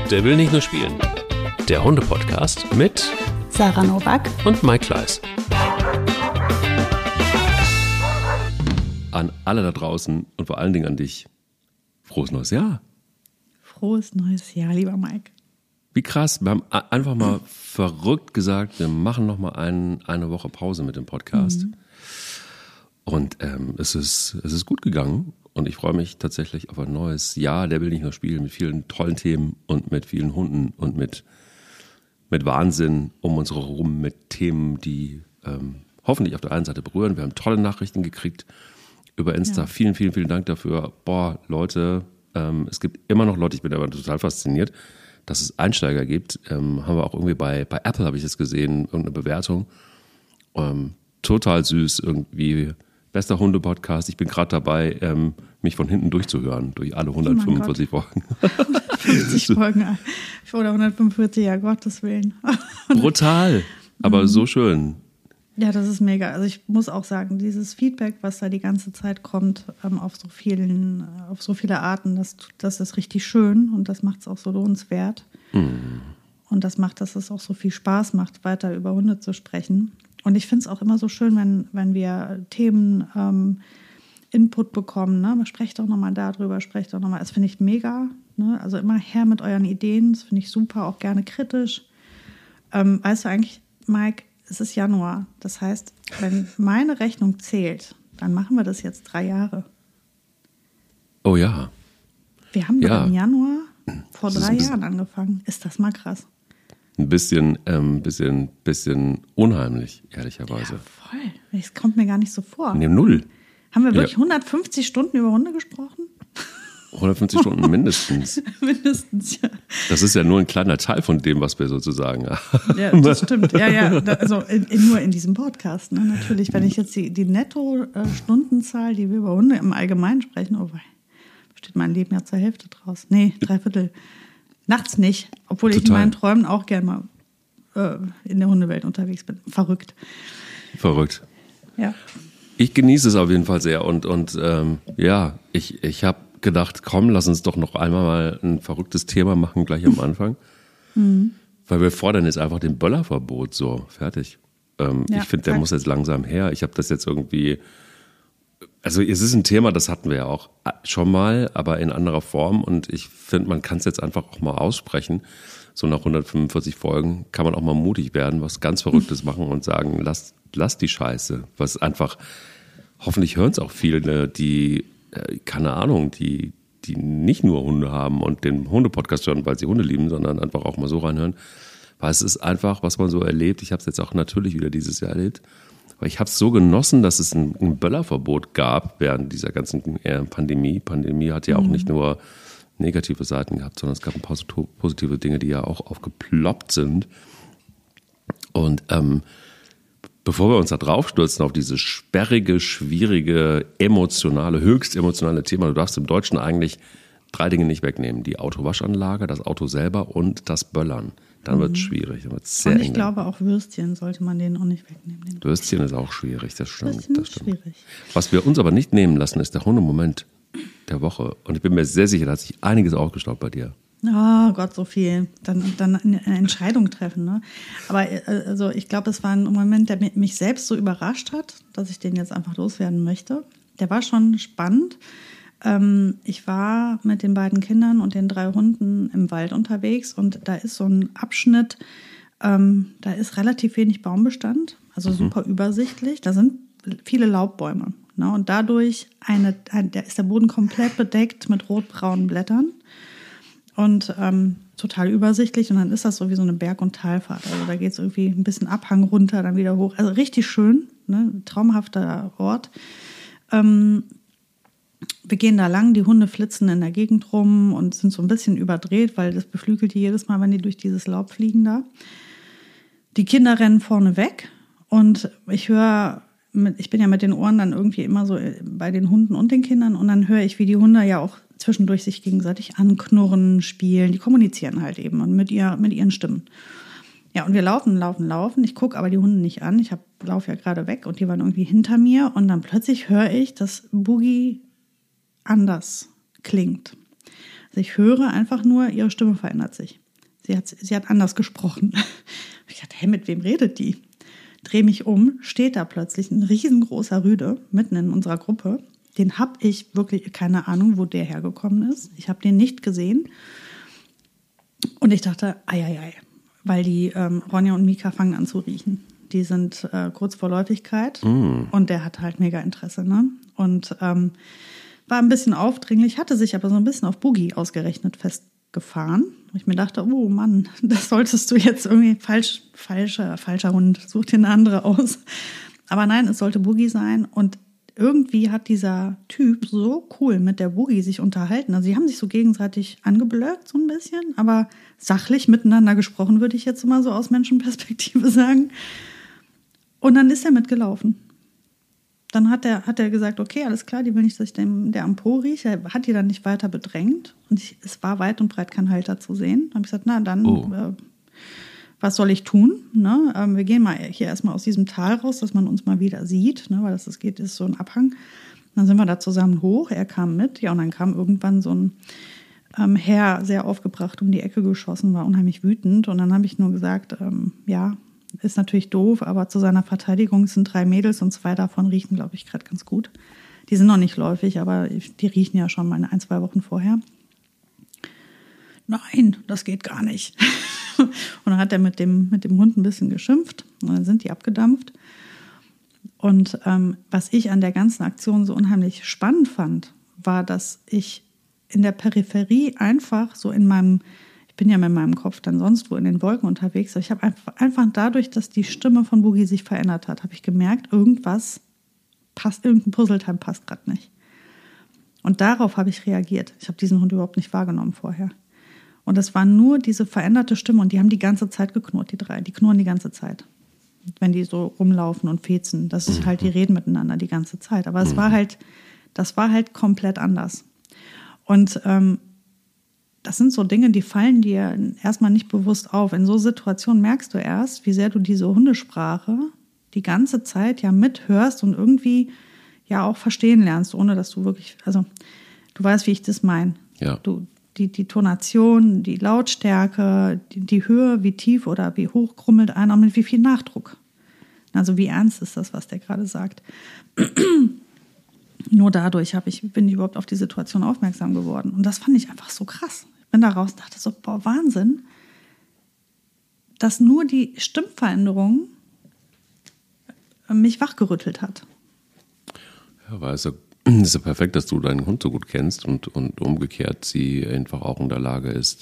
Der will nicht nur spielen. Der Hunde-Podcast mit Sarah Nowak und Mike Kleiss. An alle da draußen und vor allen Dingen an dich. Frohes neues Jahr. Frohes neues Jahr, lieber Mike. Wie krass, wir haben einfach mal verrückt gesagt, wir machen noch mal eine Woche Pause mit dem Podcast. Und es ist gut gegangen und ich freue mich tatsächlich auf ein neues Jahr. Der will nicht nur spielen, mit vielen tollen Themen und mit vielen Hunden und mit Wahnsinn um uns herum, mit Themen, die hoffentlich auf der einen Seite berühren. Wir haben tolle Nachrichten gekriegt über Insta. Ja. Vielen, vielen, vielen Dank dafür. Boah, Leute, es gibt immer noch Leute, ich bin aber total fasziniert, dass es Einsteiger gibt. Haben wir auch irgendwie bei Apple, habe ich es gesehen, irgendeine Bewertung. Total süß, irgendwie bester Hunde-Podcast. Ich bin gerade dabei, mich von hinten durchzuhören, durch alle 145 Folgen. 150 Folgen oder 145, ja, Gottes Willen. Brutal, aber so schön. Ja, das ist mega. Also ich muss auch sagen, dieses Feedback, was da die ganze Zeit kommt, auf so viele Arten, das ist richtig schön und das macht es auch so lohnenswert. Und das macht, dass es auch so viel Spaß macht, weiter über Hunde zu sprechen. Und ich finde es auch immer so schön, wenn wir Themen Input bekommen. Ne? Sprecht doch nochmal darüber, sprecht doch nochmal. Das finde ich mega. Ne? Also immer her mit euren Ideen. Das finde ich super, auch gerne kritisch. Weißt du eigentlich, Mike, es ist Januar. Das heißt, wenn meine Rechnung zählt, dann machen wir das jetzt 3 Jahre. Oh ja. Wir haben doch im Januar vor 3 Jahren angefangen. Ist das mal krass? Ein bisschen unheimlich, ehrlicherweise. Ja, voll. Das kommt mir gar nicht so vor. Nee, 0. Haben wir wirklich 150 Stunden über Hunde gesprochen? 150 Stunden mindestens. Mindestens, ja. Das ist ja nur ein kleiner Teil von dem, was wir sozusagen haben. Ja, das stimmt. Ja. Also nur in diesem Podcast. Ne? Natürlich, wenn ich jetzt die Netto-Stundenzahl, die wir über Hunde im Allgemeinen sprechen, besteht mein Leben ja zur Hälfte draus. Nee, 3/4. Nachts nicht, obwohl ich in meinen Träumen auch gerne mal in der Hundewelt unterwegs bin. Verrückt. Ja. Ich genieße es auf jeden Fall sehr und ich habe gedacht, komm, lass uns doch noch einmal mal ein verrücktes Thema machen, gleich am Anfang. Weil wir fordern jetzt einfach den Böllerverbot, so, fertig. Ich finde, der muss jetzt langsam her. Ich habe das jetzt irgendwie, also es ist ein Thema, das hatten wir ja auch schon mal, aber in anderer Form und ich finde, man kann es jetzt einfach auch mal aussprechen. So nach 145 Folgen kann man auch mal mutig werden, was ganz Verrücktes machen und sagen, lass die Scheiße. Was einfach, hoffentlich hören es auch viele, die keine Ahnung, die nicht nur Hunde haben und den Hunde-Podcast hören, weil sie Hunde lieben, sondern einfach auch mal so reinhören. Weil es ist einfach, was man so erlebt. Ich habe es jetzt auch natürlich wieder dieses Jahr erlebt. Aber ich habe es so genossen, dass es ein Böllerverbot gab während dieser ganzen Pandemie. Pandemie hat ja auch nicht nur negative Seiten gehabt, sondern es gab ein paar positive Dinge, die ja auch aufgeploppt sind. Und bevor wir uns da draufstürzen auf dieses sperrige, schwierige, höchst emotionale Thema, du darfst im Deutschen eigentlich 3 Dinge nicht wegnehmen. Die Autowaschanlage, das Auto selber und das Böllern. Dann wird es schwierig, dann wird es sehr eng. Und ich glaube, auch Würstchen sollte man denen auch nicht wegnehmen. Würstchen ist auch schwierig, das stimmt. Würstchen ist schwierig. Was wir uns aber nicht nehmen lassen, ist der Hundemoment der Woche. Und ich bin mir sehr sicher, da hat sich einiges aufgestaut bei dir. Oh Gott, so viel. Dann eine Entscheidung treffen. Ne? Aber also ich glaube, es war ein Moment, der mich selbst so überrascht hat, dass ich den jetzt einfach loswerden möchte. Der war schon spannend. Ich war mit den beiden Kindern und den 3 Hunden im Wald unterwegs und da ist so ein Abschnitt, da ist relativ wenig Baumbestand, also super übersichtlich. Da sind viele Laubbäume. Ne? Und dadurch da ist der Boden komplett bedeckt mit rotbraunen Blättern. Und total übersichtlich. Und dann ist das so wie so eine Berg- und Talfahrt. Also da geht es irgendwie ein bisschen Abhang runter, dann wieder hoch. Also richtig schön, ne? Traumhafter Ort. Wir gehen da lang, die Hunde flitzen in der Gegend rum und sind so ein bisschen überdreht, weil das beflügelt die jedes Mal, wenn die durch dieses Laub fliegen da. Die Kinder rennen vorne weg und ich bin ja mit den Ohren dann irgendwie immer so bei den Hunden und den Kindern und dann höre ich, wie die Hunde ja auch zwischendurch sich gegenseitig anknurren, spielen. Die kommunizieren halt eben und mit ihren Stimmen. Ja, und wir laufen. Ich gucke aber die Hunde nicht an. Ich laufe ja gerade weg und die waren irgendwie hinter mir. Und dann plötzlich höre ich, dass Boogie anders klingt. Also ich höre einfach nur, ihre Stimme verändert sich. Sie hat anders gesprochen. Ich dachte, hey, mit wem redet die? Drehe mich um, steht da plötzlich ein riesengroßer Rüde mitten in unserer Gruppe. Den habe ich wirklich keine Ahnung, wo der hergekommen ist. Ich habe den nicht gesehen. Und ich dachte, ei, weil die Ronja und Mika fangen an zu riechen. Die sind kurz vor Läufigkeit und der hat halt mega Interesse. Ne? Und war ein bisschen aufdringlich, hatte sich aber so ein bisschen auf Boogie ausgerechnet festgefahren. Und ich mir dachte, oh Mann, das solltest du jetzt irgendwie falscher Hund, such dir eine andere aus. Aber nein, es sollte Boogie sein und irgendwie hat dieser Typ so cool mit der Boogie sich unterhalten. Also sie haben sich so gegenseitig angeblöckt so ein bisschen, aber sachlich miteinander gesprochen, würde ich jetzt mal so aus Menschenperspektive sagen. Und dann ist er mitgelaufen. Dann hat er gesagt, okay, alles klar, die will nicht, dass ich der am Po rieche. Er hat die dann nicht weiter bedrängt. Und es war weit und breit kein Halter zu sehen. Dann habe ich gesagt, na dann, was soll ich tun? Ne? Wir gehen mal hier erstmal aus diesem Tal raus, dass man uns mal wieder sieht, ne? Weil das ist so ein Abhang. Dann sind wir da zusammen hoch, er kam mit. Ja, und dann kam irgendwann so ein Herr, sehr aufgebracht, um die Ecke geschossen, war unheimlich wütend. Und dann habe ich nur gesagt, ja, ist natürlich doof, aber zu seiner Verteidigung sind 3 Mädels und 2 davon riechen, glaube ich, gerade ganz gut. Die sind noch nicht läufig, aber die riechen ja schon mal 1-2 Wochen vorher. Nein, das geht gar nicht. Und dann hat er mit dem Hund ein bisschen geschimpft und dann sind die abgedampft. Und was ich an der ganzen Aktion so unheimlich spannend fand, war, dass ich in der Peripherie einfach so ich bin ja mit meinem Kopf dann sonst wo in den Wolken unterwegs, aber ich habe einfach dadurch, dass die Stimme von Boogie sich verändert hat, habe ich gemerkt, irgendein Puzzleteil passt gerade nicht. Und darauf habe ich reagiert. Ich habe diesen Hund überhaupt nicht wahrgenommen vorher. Und es war nur diese veränderte Stimme und die haben die ganze Zeit geknurrt, die 3. Die knurren die ganze Zeit. Wenn die so rumlaufen und fetzen, das ist halt, die reden miteinander die ganze Zeit. Aber das war halt komplett anders. Und das sind so Dinge, die fallen dir erstmal nicht bewusst auf. In so Situationen merkst du erst, wie sehr du diese Hundesprache die ganze Zeit ja mithörst und irgendwie ja auch verstehen lernst, ohne dass du wirklich, also du weißt, wie ich das meine. Ja. Die Tonation, die Lautstärke, die Höhe, wie tief oder wie hoch krummelt einer, mit wie viel Nachdruck. Also wie ernst ist das, was der gerade sagt. Nur dadurch bin ich überhaupt auf die Situation aufmerksam geworden. Und das fand ich einfach so krass. Ich bin da raus und dachte so, boah, Wahnsinn, dass nur die Stimmveränderung mich wachgerüttelt hat. Ja, weil es ist ja perfekt, dass du deinen Hund so gut kennst und umgekehrt sie einfach auch in der Lage ist,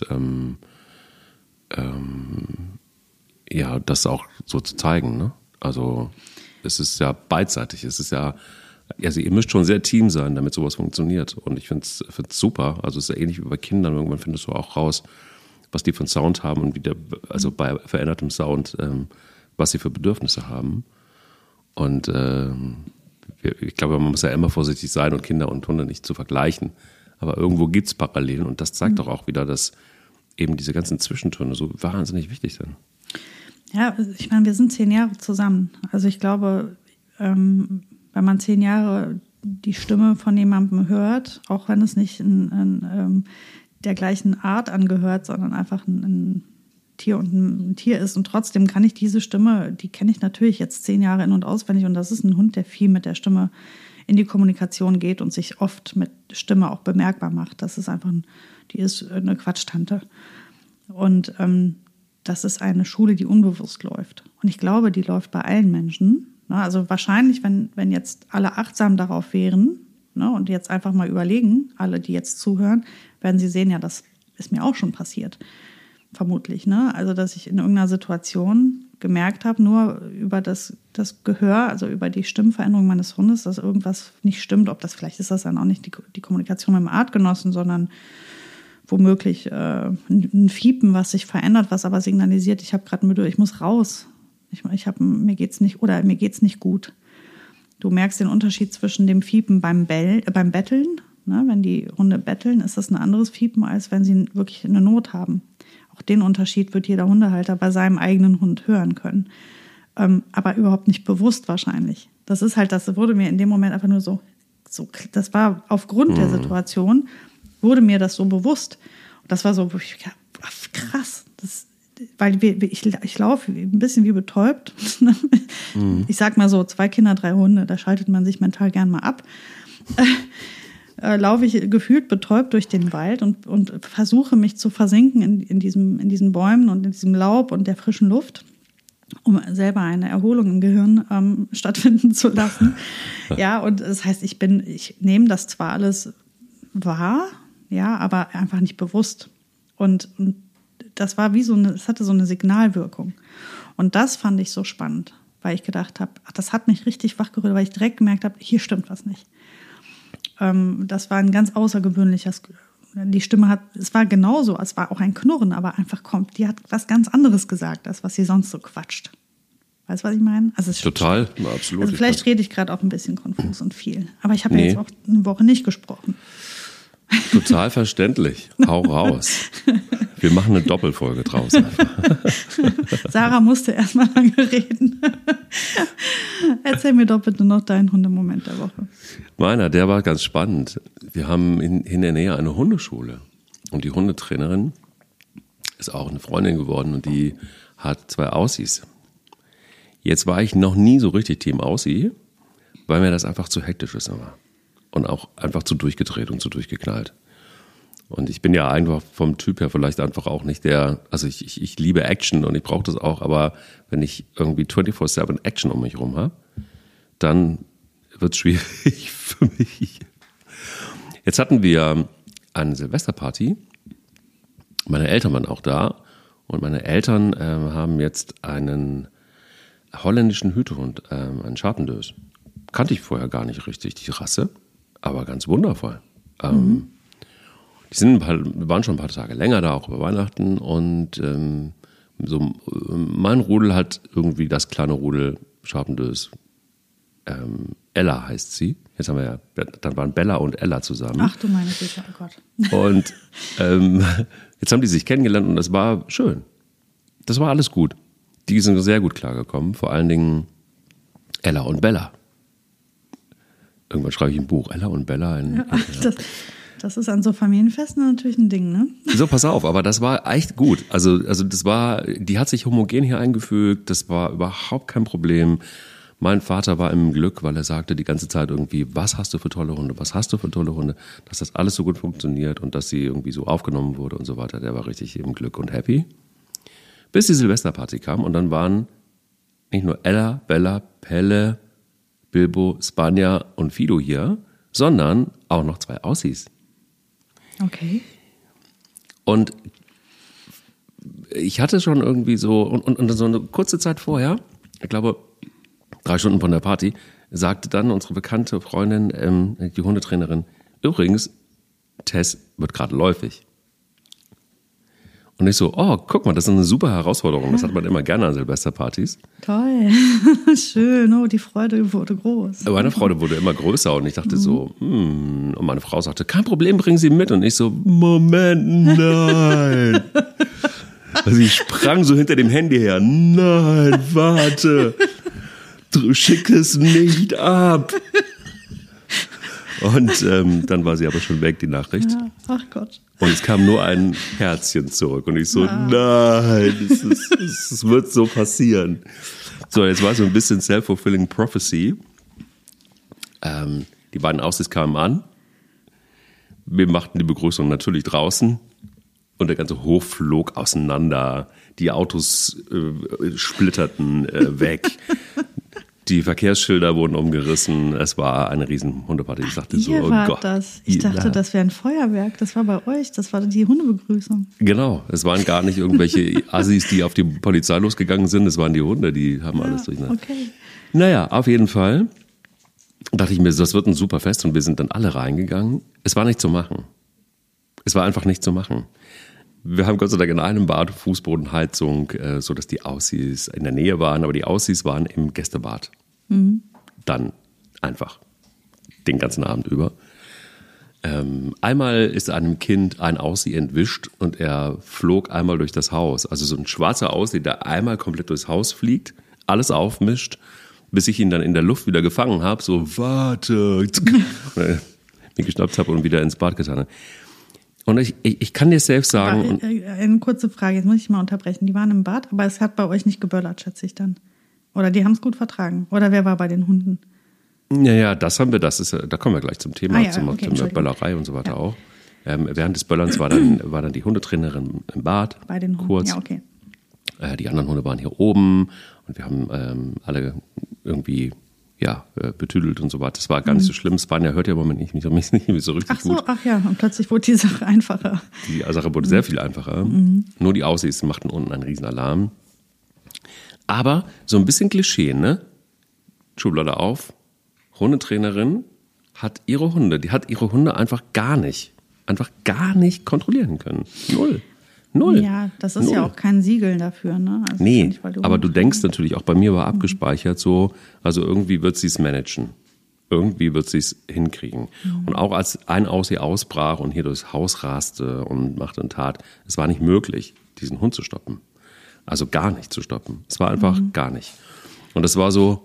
ja, das auch so zu zeigen. Ne? Also es ist ja beidseitig. Es ist ja, also ihr müsst schon sehr Team sein, damit sowas funktioniert. Und ich finde es super. Also es ist ja ähnlich wie bei Kindern. Irgendwann findest du auch raus, was die für einen Sound haben und also bei verändertem Sound, was sie für Bedürfnisse haben. Und ich glaube, man muss ja immer vorsichtig sein und Kinder und Hunde nicht zu vergleichen. Aber irgendwo gibt es Parallelen und das zeigt doch auch wieder, dass eben diese ganzen Zwischentöne so wahnsinnig wichtig sind. Ja, ich meine, wir sind 10 Jahre zusammen. Also ich glaube, wenn man 10 Jahre die Stimme von jemandem hört, auch wenn es nicht der gleichen Art angehört, sondern einfach ein Tier und ein Tier ist. Und trotzdem kann ich diese Stimme, die kenne ich natürlich jetzt 10 Jahre in- und auswendig. Und das ist ein Hund, der viel mit der Stimme in die Kommunikation geht und sich oft mit Stimme auch bemerkbar macht. Das ist einfach, die ist eine Quatschtante. Und das ist eine Schule, die unbewusst läuft. Und ich glaube, die läuft bei allen Menschen. Also wahrscheinlich, wenn jetzt alle achtsam darauf wären, ne, und jetzt einfach mal überlegen, alle, die jetzt zuhören, werden sie sehen, ja, das ist mir auch schon passiert. Vermutlich, ne? Also, dass ich in irgendeiner Situation gemerkt habe, nur über das Gehör, also über die Stimmveränderung meines Hundes, dass irgendwas nicht stimmt. Vielleicht ist das dann auch nicht die Kommunikation mit dem Artgenossen, sondern womöglich ein Fiepen, was sich verändert, was aber signalisiert, ich habe gerade müde, ich muss raus. Mir geht's nicht gut. Du merkst den Unterschied zwischen dem Fiepen beim Betteln. Ne? Wenn die Hunde betteln, ist das ein anderes Fiepen, als wenn sie wirklich eine Not haben. Auch den Unterschied wird jeder Hundehalter bei seinem eigenen Hund hören können. Aber überhaupt nicht bewusst wahrscheinlich. Das wurde mir in dem Moment einfach nur so das war aufgrund der Situation wurde mir das so bewusst. Und das war so, krass, weil ich laufe ein bisschen wie betäubt. Ich sag mal so, 2 Kinder, 3 Hunde, da schaltet man sich mental gern mal ab. Laufe ich gefühlt betäubt durch den Wald und versuche mich zu versinken in diesen Bäumen und in diesem Laub und der frischen Luft, um selber eine Erholung im Gehirn stattfinden zu lassen. Ja, und das heißt, ich nehme das zwar alles wahr, ja, aber einfach nicht bewusst. Und das war es hatte so eine Signalwirkung. Und das fand ich so spannend, weil ich gedacht habe, das hat mich richtig wachgerüttelt, weil ich direkt gemerkt habe, hier stimmt was nicht. Das war ein ganz außergewöhnliches, die Stimme es war genauso, es war auch ein Knurren, aber einfach die hat was ganz anderes gesagt, als was sie sonst so quatscht. Weißt du, was ich meine? Also total, absolut. Also vielleicht rede ich gerade auch ein bisschen konfus und viel, aber ich habe ja jetzt auch eine Woche nicht gesprochen. Total verständlich. Hau raus. Wir machen eine Doppelfolge draus einfach. Sarah musste erstmal lange reden. Erzähl mir doch bitte noch deinen Hundemoment der Woche. Meiner, der war ganz spannend. Wir haben in der Nähe eine Hundeschule. Und die Hundetrainerin ist auch eine Freundin geworden und die hat 2 Aussies. Jetzt war ich noch nie so richtig Team Aussie, weil mir das einfach zu hektisch ist immer. Und auch einfach zu durchgedreht und zu durchgeknallt. Und ich bin ja einfach vom Typ her vielleicht einfach auch nicht also ich liebe Action und ich brauche das auch, aber wenn ich irgendwie 24/7 Action um mich herum habe, dann wird es schwierig für mich. Jetzt hatten wir eine Silvesterparty, meine Eltern waren auch da und meine Eltern haben jetzt einen holländischen Hütehund, einen Chartendös. Kannte ich vorher gar nicht richtig, die Rasse. Aber ganz wundervoll. Die waren schon ein paar Tage länger da, auch über Weihnachten. Und mein Rudel hat irgendwie das kleine Rudel Chartendös. Ella heißt sie. Dann waren Bella und Ella zusammen. Ach du meine Güte, oh Gott. Und jetzt haben die sich kennengelernt und das war schön. Das war alles gut. Die sind sehr gut klargekommen. Vor allen Dingen Ella und Bella. Irgendwann schreibe ich ein Buch, Ella und Bella. Das ist an so Familienfesten natürlich ein Ding, ne? So, pass auf, aber das war echt gut. Also die hat sich homogen hier eingefügt, das war überhaupt kein Problem. Mein Vater war im Glück, weil er sagte die ganze Zeit irgendwie, was hast du für tolle Hunde, dass das alles so gut funktioniert und dass sie irgendwie so aufgenommen wurde und so weiter. Der war richtig im Glück und happy. Bis die Silvesterparty kam und dann waren nicht nur Ella, Bella, Pelle, Bilbo, Spanja und Fido hier, sondern auch noch 2 Aussies. Okay. Und ich hatte schon irgendwie so, und so eine kurze Zeit vorher, ich glaube 3 Stunden von der Party, sagte dann unsere bekannte Freundin, die Hundetrainerin, übrigens, Tess wird gerade läufig. Und ich so, oh, guck mal, das ist eine super Herausforderung. Das hat man immer gerne an Silvesterpartys. Toll, schön, oh, die Freude wurde groß. Meine Freude wurde immer größer und ich dachte so, und meine Frau sagte, kein Problem, bringen Sie mit. Und ich so, Moment, nein. Also ich sprang so hinter dem Handy her, nein, warte, schick es nicht ab. Und dann war sie aber schon weg, die Nachricht. Ja, ach Gott. Und es kam nur ein Herzchen zurück. Und ich so, nein, es wird so passieren. So, jetzt war so ein bisschen self-fulfilling prophecy. Die beiden Aussies kamen an. Wir machten die Begrüßung natürlich draußen. Und der ganze Hof flog auseinander. Die Autos splitterten weg. Die Verkehrsschilder wurden umgerissen. Es war eine riesen Hundeparty. Ich dachte so, oh Gott. Ich dachte, das wäre ein Feuerwerk. Das war bei euch. Das war die Hundebegrüßung. Genau. Es waren gar nicht irgendwelche Assis, die auf die Polizei losgegangen sind. Es waren die Hunde, die haben alles durcheinander. Okay. Naja, auf jeden Fall dachte ich mir, das wird ein super Fest. Und wir sind dann alle reingegangen. Es war nicht zu machen. Es war einfach nicht zu machen. Wir haben Gott sei Dank in einem Bad Fußbodenheizung, sodass die Aussies in der Nähe waren, aber die Aussies waren im Gästebad. Mhm. Dann einfach den ganzen Abend über. Einmal ist einem Kind ein Aussie entwischt und er flog einmal durch das Haus. Also so ein schwarzer Aussie, der einmal komplett durchs Haus fliegt, alles aufmischt, bis ich ihn dann in der Luft wieder gefangen habe, so warte, mich geschnappt habe und wieder ins Bad getan habe. Und ich kann dir selbst sagen. Eine kurze Frage, jetzt muss ich mal unterbrechen. Die waren im Bad, aber es hat bei euch nicht geböllert, schätze ich dann. Oder die haben es gut vertragen. Oder wer war bei den Hunden? Ja, da kommen wir gleich zum Thema, zum Böllerei und so weiter auch. Während des Böllerns war dann die Hundetrainerin im Bad. Bei den Hunden, kurz. ja, okay. Die anderen Hunde waren hier oben und wir haben alle irgendwie betüdelt und so weiter. Das war gar nicht so schlimm. Spanier hört ja im Moment nicht so richtig gut. Ach ja, und plötzlich wurde die Sache einfacher. Die Sache wurde sehr viel einfacher. Nur die Aussies machten unten einen riesen Alarm. Aber so ein bisschen Klischee, ne? Schublade auf. Hundetrainerin hat ihre Hunde einfach gar nicht kontrollieren können. Null. Ja, das ist ja auch kein Siegel dafür, ne? Also nee, aber du denkst natürlich, auch bei mir war abgespeichert so, also irgendwie wird sie es managen. Irgendwie wird sie es hinkriegen. Und auch als ein Aussie ausbrach und hier durchs Haus raste und machte und tat, es war nicht möglich, diesen Hund zu stoppen. Also gar nicht zu stoppen. Es war einfach gar nicht. Und das war so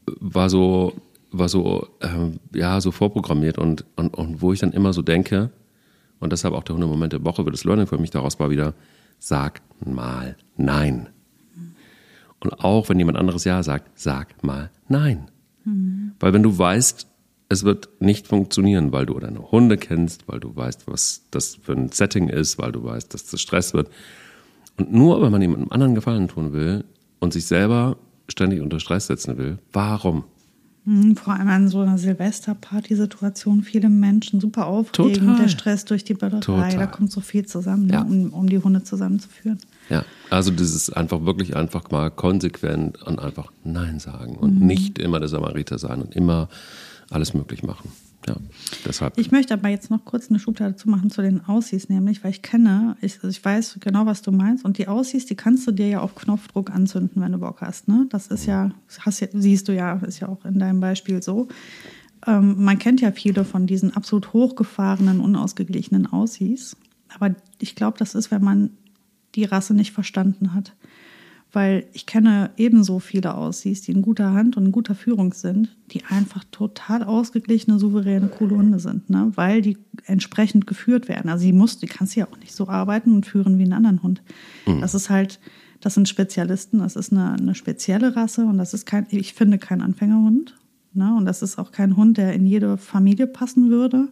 vorprogrammiert und wo ich dann immer so denke, und deshalb auch der Hundemoment der Woche wird das Learning für mich daraus war wieder, sag mal nein. Und auch wenn jemand anderes ja sagt, sag mal nein. Weil wenn du weißt, es wird nicht funktionieren, weil du deine Hunde kennst, weil du weißt, was das für ein Setting ist, weil du weißt, dass das Stress wird. Und nur, wenn man jemandem anderen Gefallen tun will und sich selber ständig unter Stress setzen will, warum? Vor allem an so einer Silvesterparty-Situation, viele Menschen, super aufregend, Total. Der Stress durch die Böllerei, da kommt so viel zusammen, Ja. um die Hunde zusammenzuführen. Ja, also das ist einfach wirklich einfach mal konsequent und einfach Nein sagen und nicht immer der Samariter sein und immer alles möglich machen. Ja, deshalb. Ich möchte aber jetzt noch kurz eine Schublade zu machen zu den Aussies, nämlich, weil ich weiß genau, was du meinst. Und die Aussies, die kannst du dir ja auf Knopfdruck anzünden, wenn du Bock hast. Ne? Das ist siehst du ja, ist ja auch in deinem Beispiel so. Man kennt ja viele von diesen absolut hochgefahrenen, unausgeglichenen Aussies. Aber ich glaube, das ist, wenn man die Rasse nicht verstanden hat. Weil ich kenne ebenso viele Aussies, die in guter Hand und in guter Führung sind, die einfach total ausgeglichene, souveräne, coole Hunde sind, ne? Weil die entsprechend geführt werden. Also die kannst ja auch nicht so arbeiten und führen wie einen anderen Hund. Das sind Spezialisten, das ist eine spezielle Rasse und das ist ich finde, kein Anfängerhund. Ne? Und das ist auch kein Hund, der in jede Familie passen würde.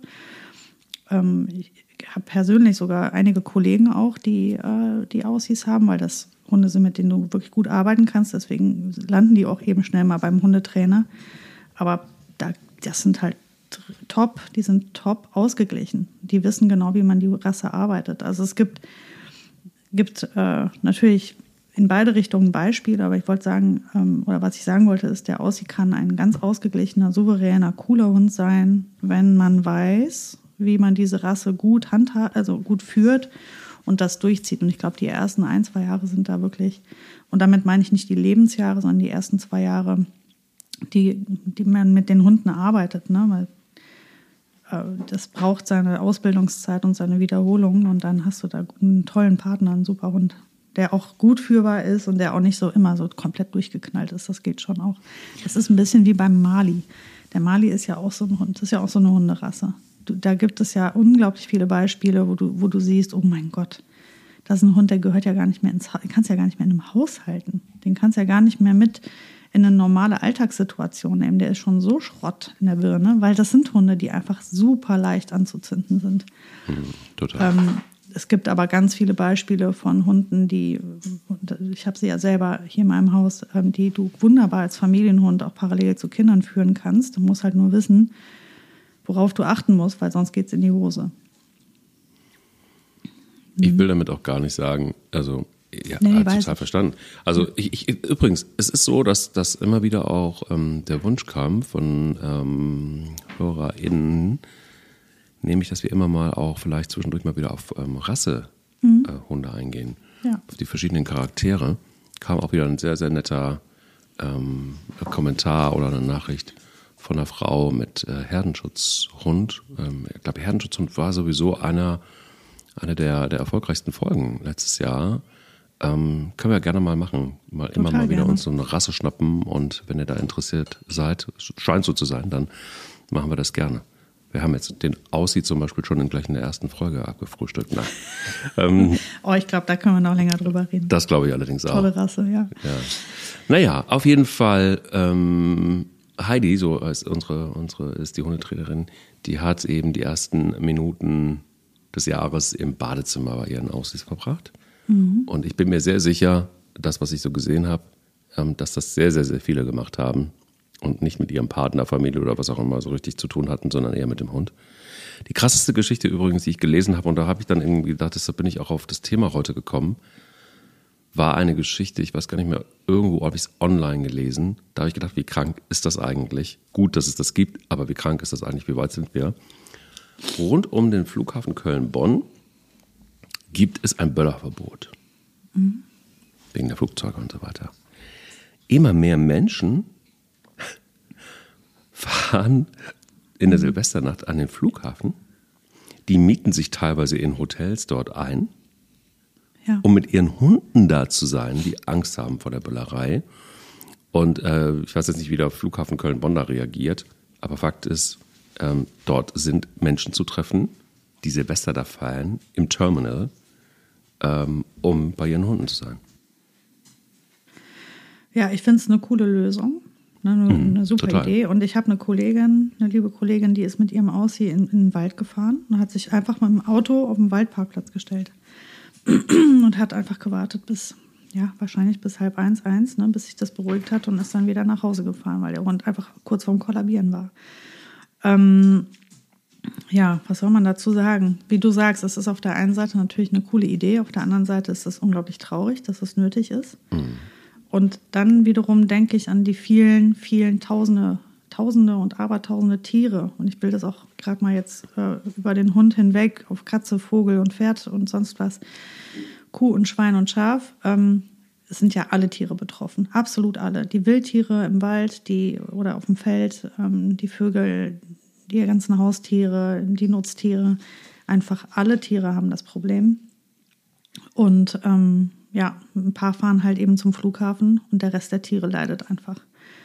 Ich habe persönlich sogar einige Kollegen auch, die Aussies haben, weil das Hunde sind, mit denen du wirklich gut arbeiten kannst. Deswegen landen die auch eben schnell mal beim Hundetrainer. Aber das sind halt die sind top ausgeglichen. Die wissen genau, wie man die Rasse arbeitet. Also es gibt natürlich in beide Richtungen Beispiele, aber ich wollte sagen, oder was ich sagen wollte, ist, der Aussie kann ein ganz ausgeglichener, souveräner, cooler Hund sein, wenn man weiß, wie man diese Rasse gut gut führt und das durchzieht. Und ich glaube, die ersten 1-2 Jahre sind da wirklich, und damit meine ich nicht die Lebensjahre, sondern die ersten 2 Jahre, die man mit den Hunden arbeitet, ne? Weil das braucht seine Ausbildungszeit und seine Wiederholung und dann hast du da einen tollen Partner, einen super Hund, der auch gut führbar ist und der auch nicht so immer so komplett durchgeknallt ist. Das geht schon auch. Das ist ein bisschen wie beim Mali. Der Mali ist ja auch so ein Hund, das ist ja auch so eine Hunderasse. Da gibt es ja unglaublich viele Beispiele, wo du siehst, oh mein Gott, das ist ein Hund, der gehört ja gar nicht mehr ins Haus, den kannst du ja gar nicht mehr in einem Haus halten. Den kannst du ja gar nicht mehr mit in eine normale Alltagssituation nehmen. Der ist schon so Schrott in der Birne, weil das sind Hunde, die einfach super leicht anzuzünden sind. Total. Es gibt aber ganz viele Beispiele von Hunden, ich habe sie ja selber hier in meinem Haus, die du wunderbar als Familienhund auch parallel zu Kindern führen kannst. Du musst halt nur wissen, worauf du achten musst, weil sonst geht es in die Hose. Ich will damit auch gar nicht sagen, also ja, total verstanden. Also übrigens, es ist so, dass immer wieder auch der Wunsch kam von HörerInnen, nämlich, dass wir immer mal auch vielleicht zwischendurch mal wieder auf Rassehunde eingehen. Ja. Auf die verschiedenen Charaktere. Kam auch wieder ein sehr, sehr netter Kommentar oder eine Nachricht von einer Frau mit Herdenschutzhund. Ich glaube, Herdenschutzhund war sowieso eine der erfolgreichsten Folgen letztes Jahr. Können wir gerne mal machen. Immer mal wieder uns so eine Rasse schnappen und wenn ihr da interessiert seid, scheint so zu sein, dann machen wir das gerne. Wir haben jetzt den Aussie zum Beispiel schon gleich in der ersten Folge abgefrühstückt. Ich glaube, da können wir noch länger drüber reden. Das glaube ich allerdings auch. Tolle Rasse, ja. Naja, auf jeden Fall Heidi, so heißt ist die Hundetrainerin, die hat eben die ersten Minuten des Jahres im Badezimmer bei ihren Aussies verbracht. Und ich bin mir sehr sicher, das, was ich so gesehen habe, dass das sehr, sehr, sehr viele gemacht haben und nicht mit ihrem Partner, Familie oder was auch immer so richtig zu tun hatten, sondern eher mit dem Hund. Die krasseste Geschichte übrigens, die ich gelesen habe, und da habe ich dann irgendwie gedacht, deshalb bin ich auch auf das Thema heute gekommen, war eine Geschichte, ich weiß gar nicht mehr, irgendwo habe ich es online gelesen. Da habe ich gedacht, wie krank ist das eigentlich? Gut, dass es das gibt, aber wie krank ist das eigentlich? Wie weit sind wir? Rund um den Flughafen Köln-Bonn gibt es ein Böllerverbot. Wegen der Flugzeuge und so weiter. Immer mehr Menschen fahren in der Silvesternacht an den Flughafen. Die mieten sich teilweise in Hotels dort ein, um mit ihren Hunden da zu sein, die Angst haben vor der Böllerei. Und ich weiß jetzt nicht, wie der Flughafen Köln-Bonn da reagiert, aber Fakt ist, dort sind Menschen zu treffen, die Silvester da feiern, im Terminal, um bei ihren Hunden zu sein. Ja, ich finde es eine coole Lösung. Eine super total. Idee. Und ich habe eine liebe Kollegin, die ist mit ihrem Aussie in den Wald gefahren und hat sich einfach mit dem Auto auf den Waldparkplatz gestellt und hat einfach gewartet wahrscheinlich bis 12:30, bis sich das beruhigt hat, und ist dann wieder nach Hause gefahren, weil der Hund einfach kurz vorm Kollabieren war. Was soll man dazu sagen? Wie du sagst, es ist auf der einen Seite natürlich eine coole Idee, auf der anderen Seite ist es unglaublich traurig, dass es nötig ist. Und dann wiederum denke ich an die vielen, vielen Tausende und Abertausende Tiere. Und ich bilde das auch gerade mal jetzt über den Hund hinweg auf Katze, Vogel und Pferd und sonst was, Kuh und Schwein und Schaf. Es sind ja alle Tiere betroffen, absolut alle. Die Wildtiere im Wald, oder auf dem Feld, die Vögel, die ganzen Haustiere, die Nutztiere. Einfach alle Tiere haben das Problem. Und ein paar fahren halt eben zum Flughafen und der Rest der Tiere leidet einfach.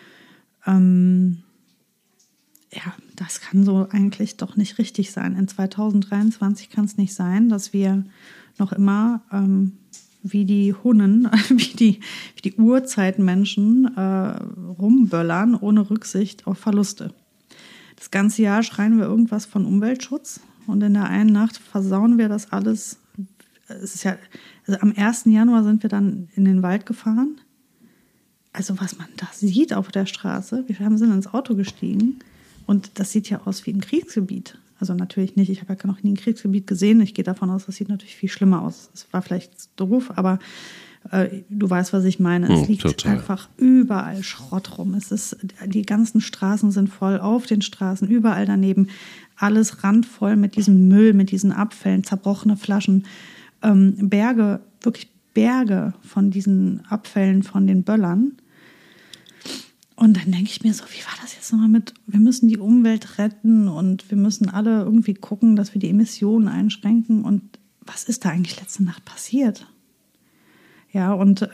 Das kann so eigentlich doch nicht richtig sein. In 2023 kann es nicht sein, dass wir noch immer wie die Hunnen, wie die Urzeitmenschen rumböllern ohne Rücksicht auf Verluste. Das ganze Jahr schreien wir irgendwas von Umweltschutz und in der einen Nacht versauen wir das alles. Es ist am 1. Januar sind wir dann in den Wald gefahren. Also was man da sieht auf der Straße, wir sind ins Auto gestiegen und das sieht ja aus wie ein Kriegsgebiet. Also natürlich nicht, ich habe ja noch nie ein Kriegsgebiet gesehen. Ich gehe davon aus, das sieht natürlich viel schlimmer aus. Es war vielleicht doof, aber du weißt, was ich meine. Es liegt einfach überall Schrott rum. Die ganzen Straßen sind voll, auf den Straßen, überall daneben. Alles randvoll mit diesem Müll, mit diesen Abfällen, zerbrochene Flaschen. Berge von diesen Abfällen von den Böllern. Und dann denke ich mir so, wie war das jetzt nochmal wir müssen die Umwelt retten und wir müssen alle irgendwie gucken, dass wir die Emissionen einschränken. Und was ist da eigentlich letzte Nacht passiert? Ja, und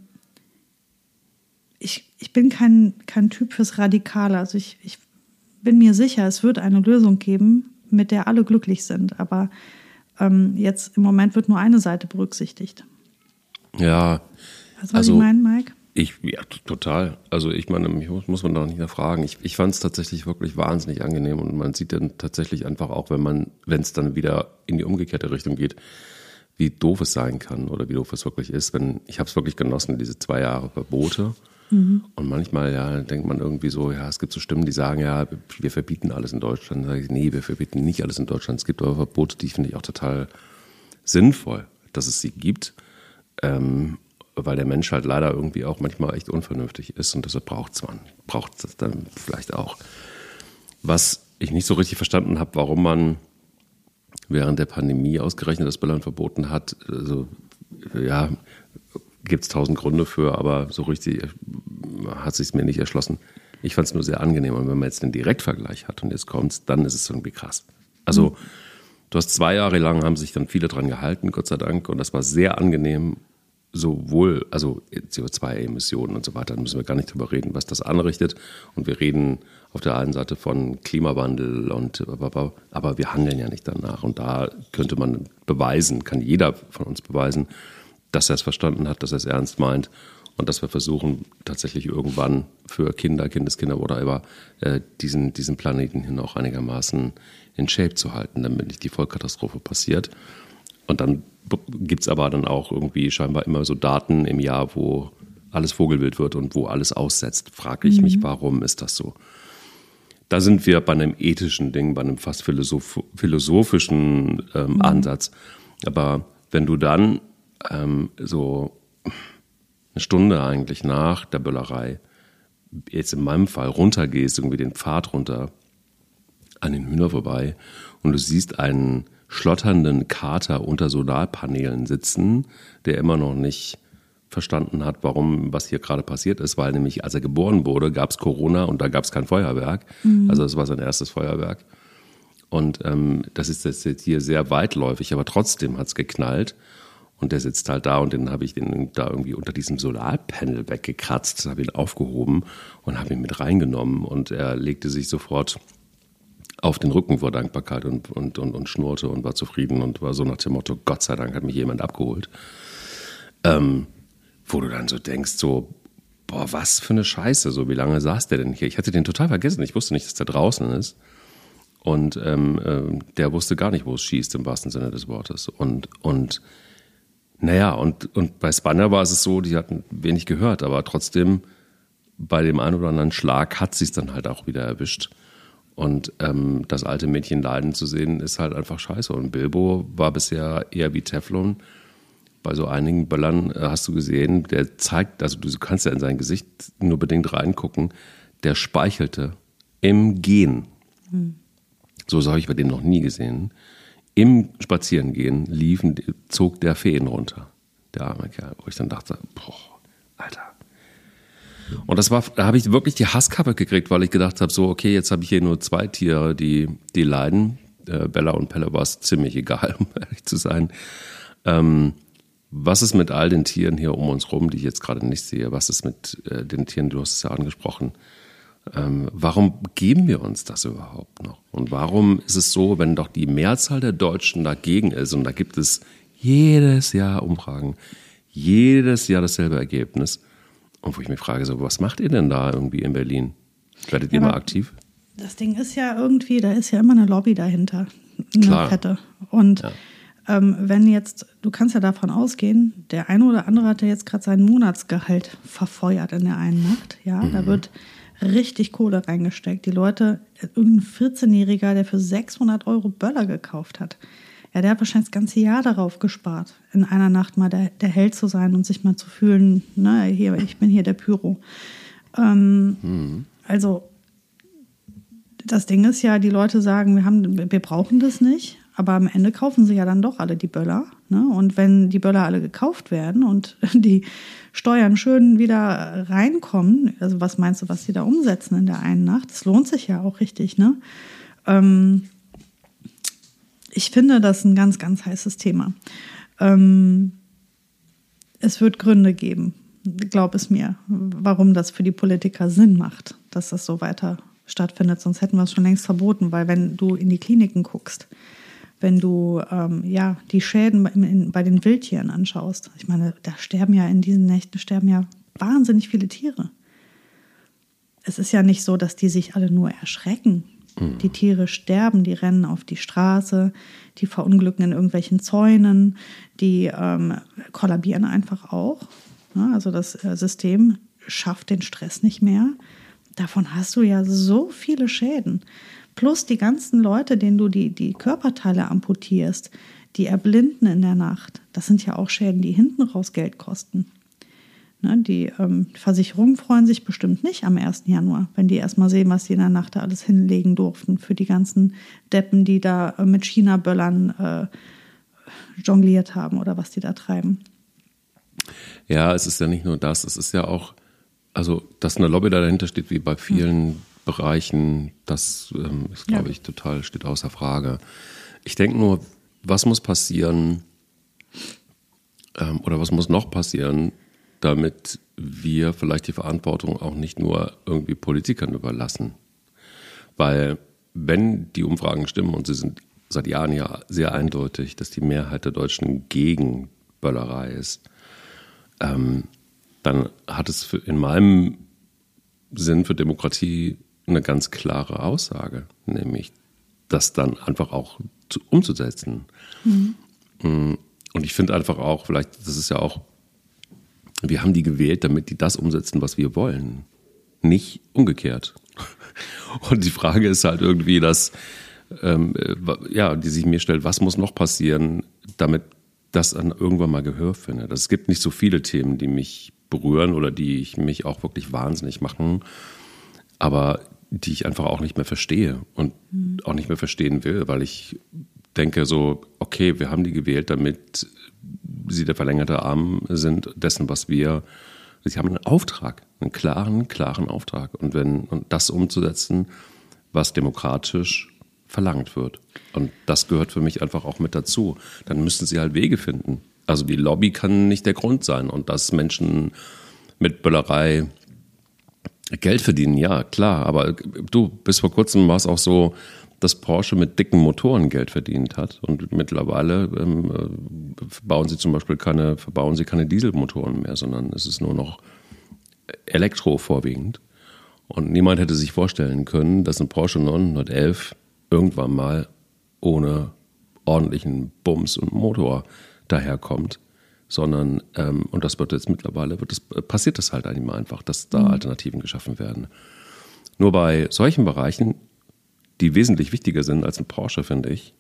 ich bin kein Typ fürs Radikale. Also ich bin mir sicher, es wird eine Lösung geben, mit der alle glücklich sind. Aber jetzt im Moment wird nur eine Seite berücksichtigt. Ja. Was ich meine, Mike? Ja, total. Also ich meine, muss man doch nicht hinterfragen. Ich fand es tatsächlich wirklich wahnsinnig angenehm und man sieht dann tatsächlich einfach auch, wenn es dann wieder in die umgekehrte Richtung geht, wie doof es sein kann oder wie doof es wirklich ist. Ich habe es wirklich genossen, diese 2 Jahre Verbote. Und manchmal denkt man irgendwie so, es gibt so Stimmen, die sagen, wir verbieten alles in Deutschland. Dann sage ich, nee, wir verbieten nicht alles in Deutschland. Es gibt aber Verbote, die finde ich auch total sinnvoll, dass es sie gibt. Weil der Mensch halt leider irgendwie auch manchmal echt unvernünftig ist und deshalb braucht es dann vielleicht auch. Was ich nicht so richtig verstanden habe, warum man während der Pandemie ausgerechnet das Böllern verboten hat, also gibt es 1000 Gründe für, aber so richtig hat es sich mir nicht erschlossen. Ich fand es nur sehr angenehm und wenn man jetzt den Direktvergleich hat und jetzt kommt's, dann ist es irgendwie krass. Also du hast 2 Jahre lang, haben sich dann viele dran gehalten, Gott sei Dank, und das war sehr angenehm. Sowohl, also CO2-Emissionen und so weiter, da müssen wir gar nicht drüber reden, was das anrichtet. Und wir reden auf der einen Seite von Klimawandel aber wir handeln ja nicht danach. Und da könnte man beweisen, kann jeder von uns beweisen, dass er es verstanden hat, dass er es ernst meint und dass wir versuchen, tatsächlich irgendwann für Kinder, Kindeskinder oder diesen Planeten hier noch einigermaßen in Shape zu halten, damit nicht die Vollkatastrophe passiert. Und dann gibt es aber dann auch irgendwie scheinbar immer so Daten im Jahr, wo alles vogelwild wird und wo alles aussetzt. Frage ich mich, warum ist das so? Da sind wir bei einem ethischen Ding, bei einem fast philosophischen Ansatz. Aber wenn du dann so eine Stunde eigentlich nach der Böllerei, jetzt in meinem Fall runtergehst, irgendwie den Pfad runter an den Hühner vorbei und du siehst einen schlotternden Kater unter Solarpanelen sitzen, der immer noch nicht verstanden hat, was hier gerade passiert ist, weil nämlich als er geboren wurde, gab es Corona und da gab es kein Feuerwerk. Also das war sein erstes Feuerwerk. Und das ist jetzt hier sehr weitläufig, aber trotzdem hat es geknallt. Und der sitzt halt da und den habe ich da irgendwie unter diesem Solarpanel weggekratzt, habe ihn aufgehoben und habe ihn mit reingenommen. Und er legte sich sofort auf den Rücken vor Dankbarkeit und schnurrte und war zufrieden und war so nach dem Motto, Gott sei Dank hat mich jemand abgeholt. Wo du dann so denkst, so, boah, was für eine Scheiße, so, wie lange saß der denn hier? Ich hatte den total vergessen, ich wusste nicht, dass der draußen ist. Und der wusste gar nicht, wo es schießt, im wahrsten Sinne des Wortes. Und bei Spanner war es so, die hatten wenig gehört, aber trotzdem bei dem einen oder anderen Schlag hat sie es dann halt auch wieder erwischt. Und das alte Mädchen leiden zu sehen, ist halt einfach scheiße. Und Bilbo war bisher eher wie Teflon. Bei so einigen Böllern hast du gesehen, der zeigt, also du kannst ja in sein Gesicht nur bedingt reingucken, der speichelte im Gehen. So habe ich bei dem noch nie gesehen. Im Spazierengehen zog der Feen runter, der arme Kerl, wo ich dann dachte, boah, Alter. Und da habe ich wirklich die Hasskappe gekriegt, weil ich gedacht habe, so, okay, jetzt habe ich hier nur 2 Tiere, die leiden. Bella und Pelle war es ziemlich egal, um ehrlich zu sein. Was ist mit all den Tieren hier um uns rum, die ich jetzt gerade nicht sehe? Was ist mit den Tieren, du hast es ja angesprochen? Warum geben wir uns das überhaupt noch? Und warum ist es so, wenn doch die Mehrzahl der Deutschen dagegen ist, und da gibt es jedes Jahr Umfragen, jedes Jahr dasselbe Ergebnis, und wo ich mich frage, so, was macht ihr denn da irgendwie in Berlin? Werdet ihr mal aktiv? Das Ding ist ja irgendwie, da ist ja immer eine Lobby dahinter, eine Fette. Und wenn jetzt, du kannst ja davon ausgehen, der eine oder andere hat ja jetzt gerade sein Monatsgehalt verfeuert in der einen Nacht. Ja, da wird richtig Kohle reingesteckt. Die Leute, irgendein 14-Jähriger, der für 600 € Böller gekauft hat, ja, der hat wahrscheinlich das ganze Jahr darauf gespart, in einer Nacht mal der Held zu sein und sich mal zu fühlen, ne, hier, ich bin hier der Pyro. Also, das Ding ist ja, die Leute sagen, wir brauchen das nicht, aber am Ende kaufen sie ja dann doch alle die Böller. Ne? Und wenn die Böller alle gekauft werden und die Steuern schön wieder reinkommen, also was meinst du, was die da umsetzen in der einen Nacht? Das lohnt sich ja auch richtig, ne? Ich finde das ein ganz, ganz heißes Thema. Es wird Gründe geben, glaub es mir, warum das für die Politiker Sinn macht, dass das so weiter stattfindet. Sonst hätten wir es schon längst verboten, weil wenn du in die Kliniken guckst, wenn du die Schäden bei den Wildtieren anschaust, ich meine, in diesen Nächten sterben ja wahnsinnig viele Tiere. Es ist ja nicht so, dass die sich alle nur erschrecken. Die Tiere sterben, die rennen auf die Straße, die verunglücken in irgendwelchen Zäunen, die kollabieren einfach auch. Ja, also das System schafft den Stress nicht mehr. Davon hast du ja so viele Schäden. Plus die ganzen Leute, denen du die Körperteile amputierst, die erblinden in der Nacht. Das sind ja auch Schäden, die hinten raus Geld kosten. Ne, die Versicherungen freuen sich bestimmt nicht am 1. Januar, wenn die erst mal sehen, was die in der Nacht da alles hinlegen durften für die ganzen Deppen, die da mit China-Böllern jongliert haben oder was die da treiben. Ja, es ist ja nicht nur das, es ist ja auch, also dass eine Lobby da dahinter steht, wie bei vielen Bereichen, das ist, glaube ich, total, steht außer Frage. Ich denke nur, was muss passieren oder was muss noch passieren, damit wir vielleicht die Verantwortung auch nicht nur irgendwie Politikern überlassen. Weil wenn die Umfragen stimmen, und sie sind seit Jahren ja sehr eindeutig, dass die Mehrheit der Deutschen gegen Böllerei ist, dann hat es in meinem Sinn für Demokratie eine ganz klare Aussage, nämlich das dann einfach auch umzusetzen. Und ich finde einfach auch, vielleicht, das ist ja auch, wir haben die gewählt, damit die das umsetzen, was wir wollen. Nicht umgekehrt. Und die Frage ist halt irgendwie, dass, die sich mir stellt, was muss noch passieren, damit das dann irgendwann mal Gehör findet. Es gibt nicht so viele Themen, die mich berühren oder die mich auch wirklich wahnsinnig machen, aber die ich einfach auch nicht mehr verstehe und auch nicht mehr verstehen will, weil ich denke so, okay, wir haben die gewählt, damit sie der verlängerte Arm sind dessen, was wir, sie haben einen Auftrag, einen klaren Auftrag und das umzusetzen, was demokratisch verlangt wird. Und das gehört für mich einfach auch mit dazu. Dann müssen sie halt Wege finden. Also die Lobby kann nicht der Grund sein und dass Menschen mit Böllerei Geld verdienen, ja, klar. Aber du, bis vor kurzem war es auch so, dass Porsche mit dicken Motoren Geld verdient hat. Und mittlerweile verbauen sie keine Dieselmotoren mehr, sondern es ist nur noch Elektro vorwiegend. Und niemand hätte sich vorstellen können, dass ein Porsche 911 irgendwann mal ohne ordentlichen Bums und Motor daherkommt. Sondern, und das wird jetzt mittlerweile, passiert das halt einfach, dass da Alternativen geschaffen werden. Nur bei solchen Bereichen, die wesentlich wichtiger sind als ein Porsche, finde ich,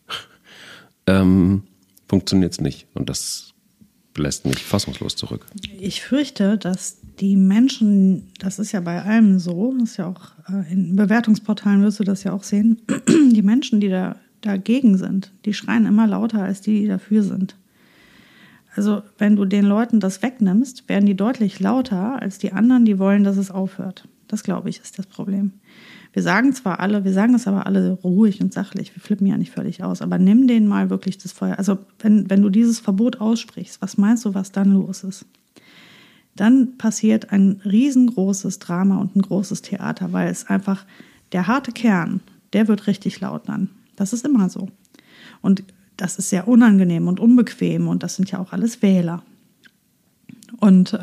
funktioniert es nicht. Und das lässt mich fassungslos zurück. Ich fürchte, dass die Menschen, das ist ja bei allem so, das ist ja auch in Bewertungsportalen wirst du das ja auch sehen, die Menschen, die dagegen sind, die schreien immer lauter als die dafür sind. Also wenn du den Leuten das wegnimmst, werden die deutlich lauter als die anderen, die wollen, dass es aufhört. Das, glaube ich, ist das Problem. Wir sagen das aber alle ruhig und sachlich, wir flippen ja nicht völlig aus, aber nimm denen mal wirklich das Feuer. Also wenn du dieses Verbot aussprichst, was meinst du, was dann los ist? Dann passiert ein riesengroßes Drama und ein großes Theater, weil es einfach, der harte Kern, der wird richtig laut dann. Das ist immer so. Und das ist sehr unangenehm und unbequem und das sind ja auch alles Wähler. Und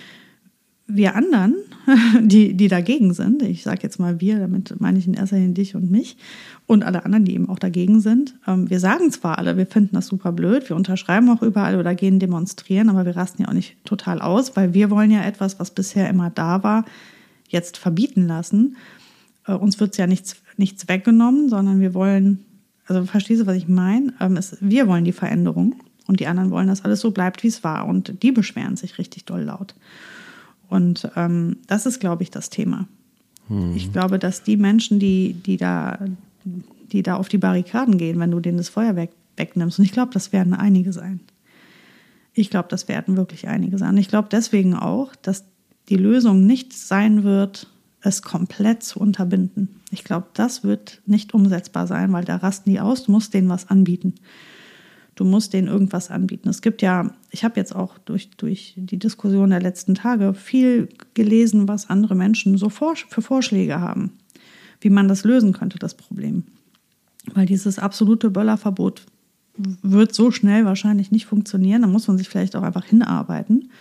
wir anderen, die dagegen sind, ich sage jetzt mal wir, damit meine ich in erster Linie dich und mich und alle anderen, die eben auch dagegen sind, wir sagen zwar alle, wir finden das super blöd, wir unterschreiben auch überall oder gehen demonstrieren, aber wir rasten ja auch nicht total aus, weil wir wollen ja etwas, was bisher immer da war, jetzt verbieten lassen. Uns wird ja nichts weggenommen, sondern wir wollen, also verstehst du, was ich meine? Wir wollen die Veränderung und die anderen wollen, dass alles so bleibt, wie es war. Und die beschweren sich richtig doll laut. Und das ist, glaube ich, das Thema. Ich glaube, dass die Menschen, die da auf die Barrikaden gehen, wenn du denen das Feuerwerk wegnimmst, und ich glaube, das werden einige sein. Ich glaube, das werden wirklich einige sein. Ich glaube deswegen auch, dass die Lösung nicht sein wird, es komplett zu unterbinden. Ich glaube, das wird nicht umsetzbar sein, weil da rasten die aus, du musst denen was anbieten. Du musst denen irgendwas anbieten. Es gibt ja, ich habe jetzt auch durch die Diskussion der letzten Tage viel gelesen, was andere Menschen so für Vorschläge haben, wie man das lösen könnte, das Problem. Weil dieses absolute Böllerverbot wird so schnell wahrscheinlich nicht funktionieren. Da muss man sich vielleicht auch einfach hinarbeiten.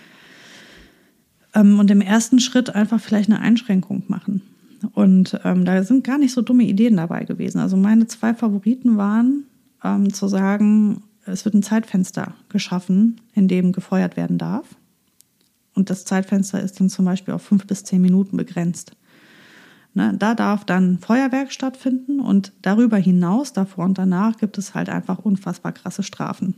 Und im ersten Schritt einfach vielleicht eine Einschränkung machen. Und da sind gar nicht so dumme Ideen dabei gewesen. Also meine 2 Favoriten waren, zu sagen, es wird ein Zeitfenster geschaffen, in dem gefeuert werden darf. Und das Zeitfenster ist dann zum Beispiel auf 5 bis 10 Minuten begrenzt. Ne, da darf dann Feuerwerk stattfinden und darüber hinaus, davor und danach, gibt es halt einfach unfassbar krasse Strafen.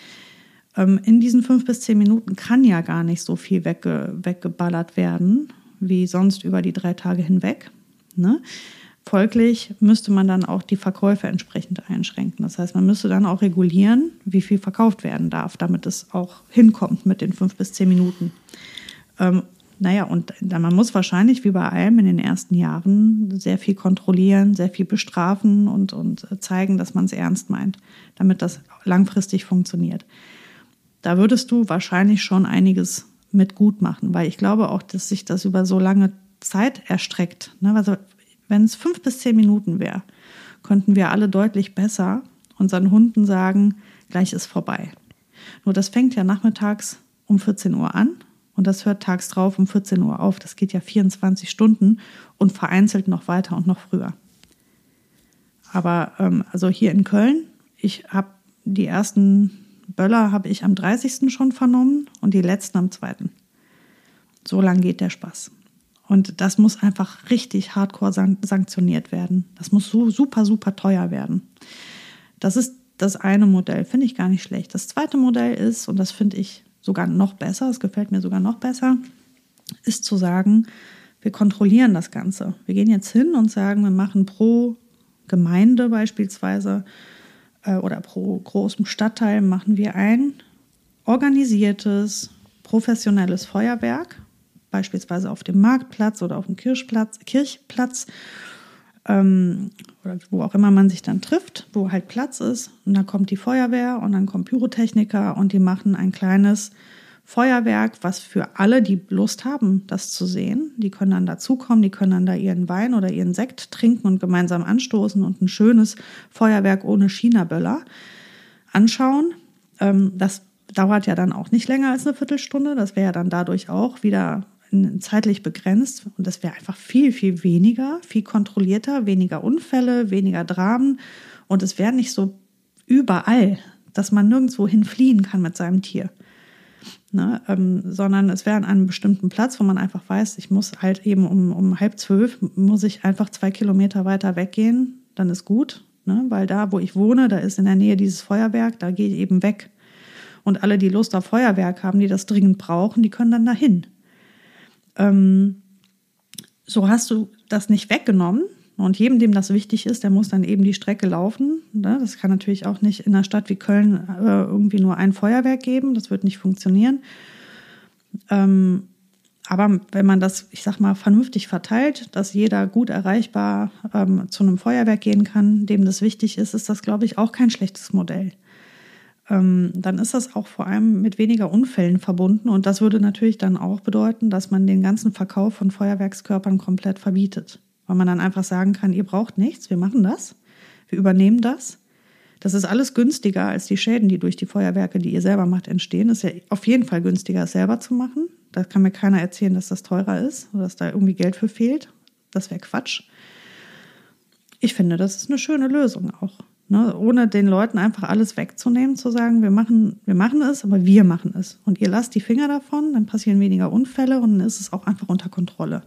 In diesen 5 bis 10 Minuten kann ja gar nicht so viel weggeballert werden, wie sonst über die 3 Tage hinweg. Ne? Folglich müsste man dann auch die Verkäufe entsprechend einschränken. Das heißt, man müsste dann auch regulieren, wie viel verkauft werden darf, damit es auch hinkommt mit den 5 bis 10 Minuten. Und man muss wahrscheinlich, wie bei allem in den ersten Jahren, sehr viel kontrollieren, sehr viel bestrafen und zeigen, dass man es ernst meint, damit das langfristig funktioniert. Da würdest du wahrscheinlich schon einiges mit gut machen, weil ich glaube auch, dass sich das über so lange Zeit erstreckt. Ne? Also wenn es 5 bis 10 Minuten wäre, könnten wir alle deutlich besser unseren Hunden sagen, gleich ist vorbei. Nur das fängt ja nachmittags um 14 Uhr an und das hört tags drauf um 14 Uhr auf. Das geht ja 24 Stunden und vereinzelt noch weiter und noch früher. Aber also hier in Köln, ich habe die ersten Böller habe ich am 30. schon vernommen und die letzten am 2. So lang geht der Spaß. Und das muss einfach richtig hardcore sanktioniert werden. Das muss so super, super teuer werden. Das ist das eine Modell, finde ich gar nicht schlecht. Das zweite Modell ist, und das finde ich sogar noch besser, es gefällt mir sogar noch besser, ist zu sagen, wir kontrollieren das Ganze. Wir gehen jetzt hin und sagen, wir machen pro Gemeinde beispielsweise oder pro großem Stadtteil machen wir ein organisiertes, professionelles Feuerwerk, beispielsweise auf dem Marktplatz oder auf dem Kirchplatz oder wo auch immer man sich dann trifft, wo halt Platz ist. Und da kommt die Feuerwehr und dann kommen Pyrotechniker und die machen ein kleines Feuerwerk, was für alle, die Lust haben, das zu sehen, die können dann dazukommen, die können dann da ihren Wein oder ihren Sekt trinken und gemeinsam anstoßen und ein schönes Feuerwerk ohne China-Böller anschauen. Das dauert ja dann auch nicht länger als eine Viertelstunde. Das wäre ja dann dadurch auch wieder zeitlich begrenzt. Und das wäre einfach viel, viel weniger, viel kontrollierter, weniger Unfälle, weniger Dramen. Und es wäre nicht so überall, dass man nirgendwo hinfliehen kann mit seinem Tier. Ne, sondern es wäre an einem bestimmten Platz, wo man einfach weiß, ich muss halt eben um 11:30 muss ich einfach 2 Kilometer weiter weggehen, dann ist gut, ne, weil da, wo ich wohne, da ist in der Nähe dieses Feuerwerk, da gehe ich eben weg. Und alle, die Lust auf Feuerwerk haben, die das dringend brauchen, die können dann dahin. So hast du das nicht weggenommen. Und jedem, dem das wichtig ist, der muss dann eben die Strecke laufen. Das kann natürlich auch nicht in einer Stadt wie Köln irgendwie nur ein Feuerwerk geben. Das wird nicht funktionieren. Aber wenn man das, ich sag mal, vernünftig verteilt, dass jeder gut erreichbar zu einem Feuerwerk gehen kann, dem das wichtig ist, ist das, glaube ich, auch kein schlechtes Modell. Dann ist das auch vor allem mit weniger Unfällen verbunden. Und das würde natürlich dann auch bedeuten, dass man den ganzen Verkauf von Feuerwerkskörpern komplett verbietet. Weil man dann einfach sagen kann, ihr braucht nichts, wir machen das, wir übernehmen das. Das ist alles günstiger als die Schäden, die durch die Feuerwerke, die ihr selber macht, entstehen. Das ist ja auf jeden Fall günstiger, es selber zu machen. Da kann mir keiner erzählen, dass das teurer ist oder dass da irgendwie Geld für fehlt. Das wäre Quatsch. Ich finde, das ist eine schöne Lösung auch. Ne? Ohne den Leuten einfach alles wegzunehmen, zu sagen, wir machen es, aber wir machen es. Und ihr lasst die Finger davon, dann passieren weniger Unfälle und dann ist es auch einfach unter Kontrolle.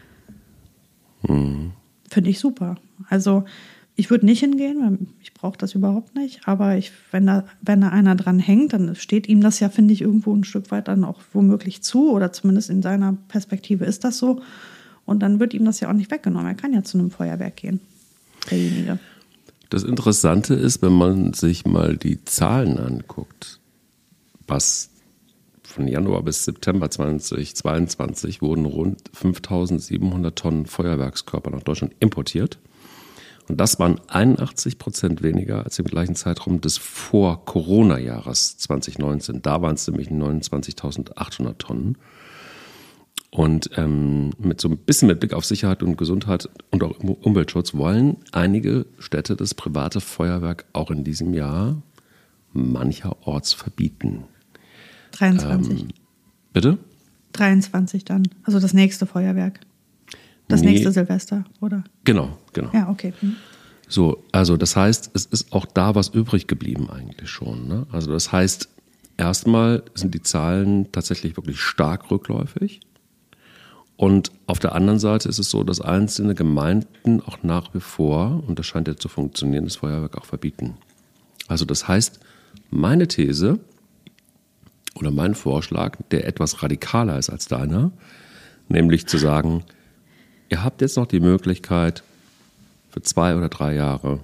Finde ich super. Also ich würde nicht hingehen, weil ich brauche das überhaupt nicht. Aber wenn da einer dran hängt, dann steht ihm das ja, finde ich, irgendwo ein Stück weit dann auch womöglich zu. Oder zumindest in seiner Perspektive ist das so. Und dann wird ihm das ja auch nicht weggenommen. Er kann ja zu einem Feuerwerk gehen, derjenige. Das Interessante ist, wenn man sich mal die Zahlen anguckt, was von Januar bis September 2022 wurden rund 5.700 Tonnen Feuerwerkskörper nach Deutschland importiert. Und das waren 81% weniger als im gleichen Zeitraum des Vor-Corona-Jahres 2019. Da waren es nämlich 29.800 Tonnen. Und mit so ein bisschen mit Blick auf Sicherheit und Gesundheit und auch Umweltschutz wollen einige Städte das private Feuerwerk auch in diesem Jahr mancherorts verbieten. 23. Bitte? 23 dann. Also das nächste Feuerwerk. Das nächste Silvester, oder? Genau. Ja, okay. So, also das heißt, es ist auch da was übrig geblieben eigentlich schon. Ne? Also das heißt, erstmal sind die Zahlen tatsächlich wirklich stark rückläufig. Und auf der anderen Seite ist es so, dass einzelne Gemeinden auch nach wie vor, und das scheint ja zu funktionieren, das Feuerwerk auch verbieten. Also das heißt, meine These oder mein Vorschlag, der etwas radikaler ist als deiner, nämlich zu sagen, ihr habt jetzt noch die Möglichkeit, für 2 oder 3 Jahre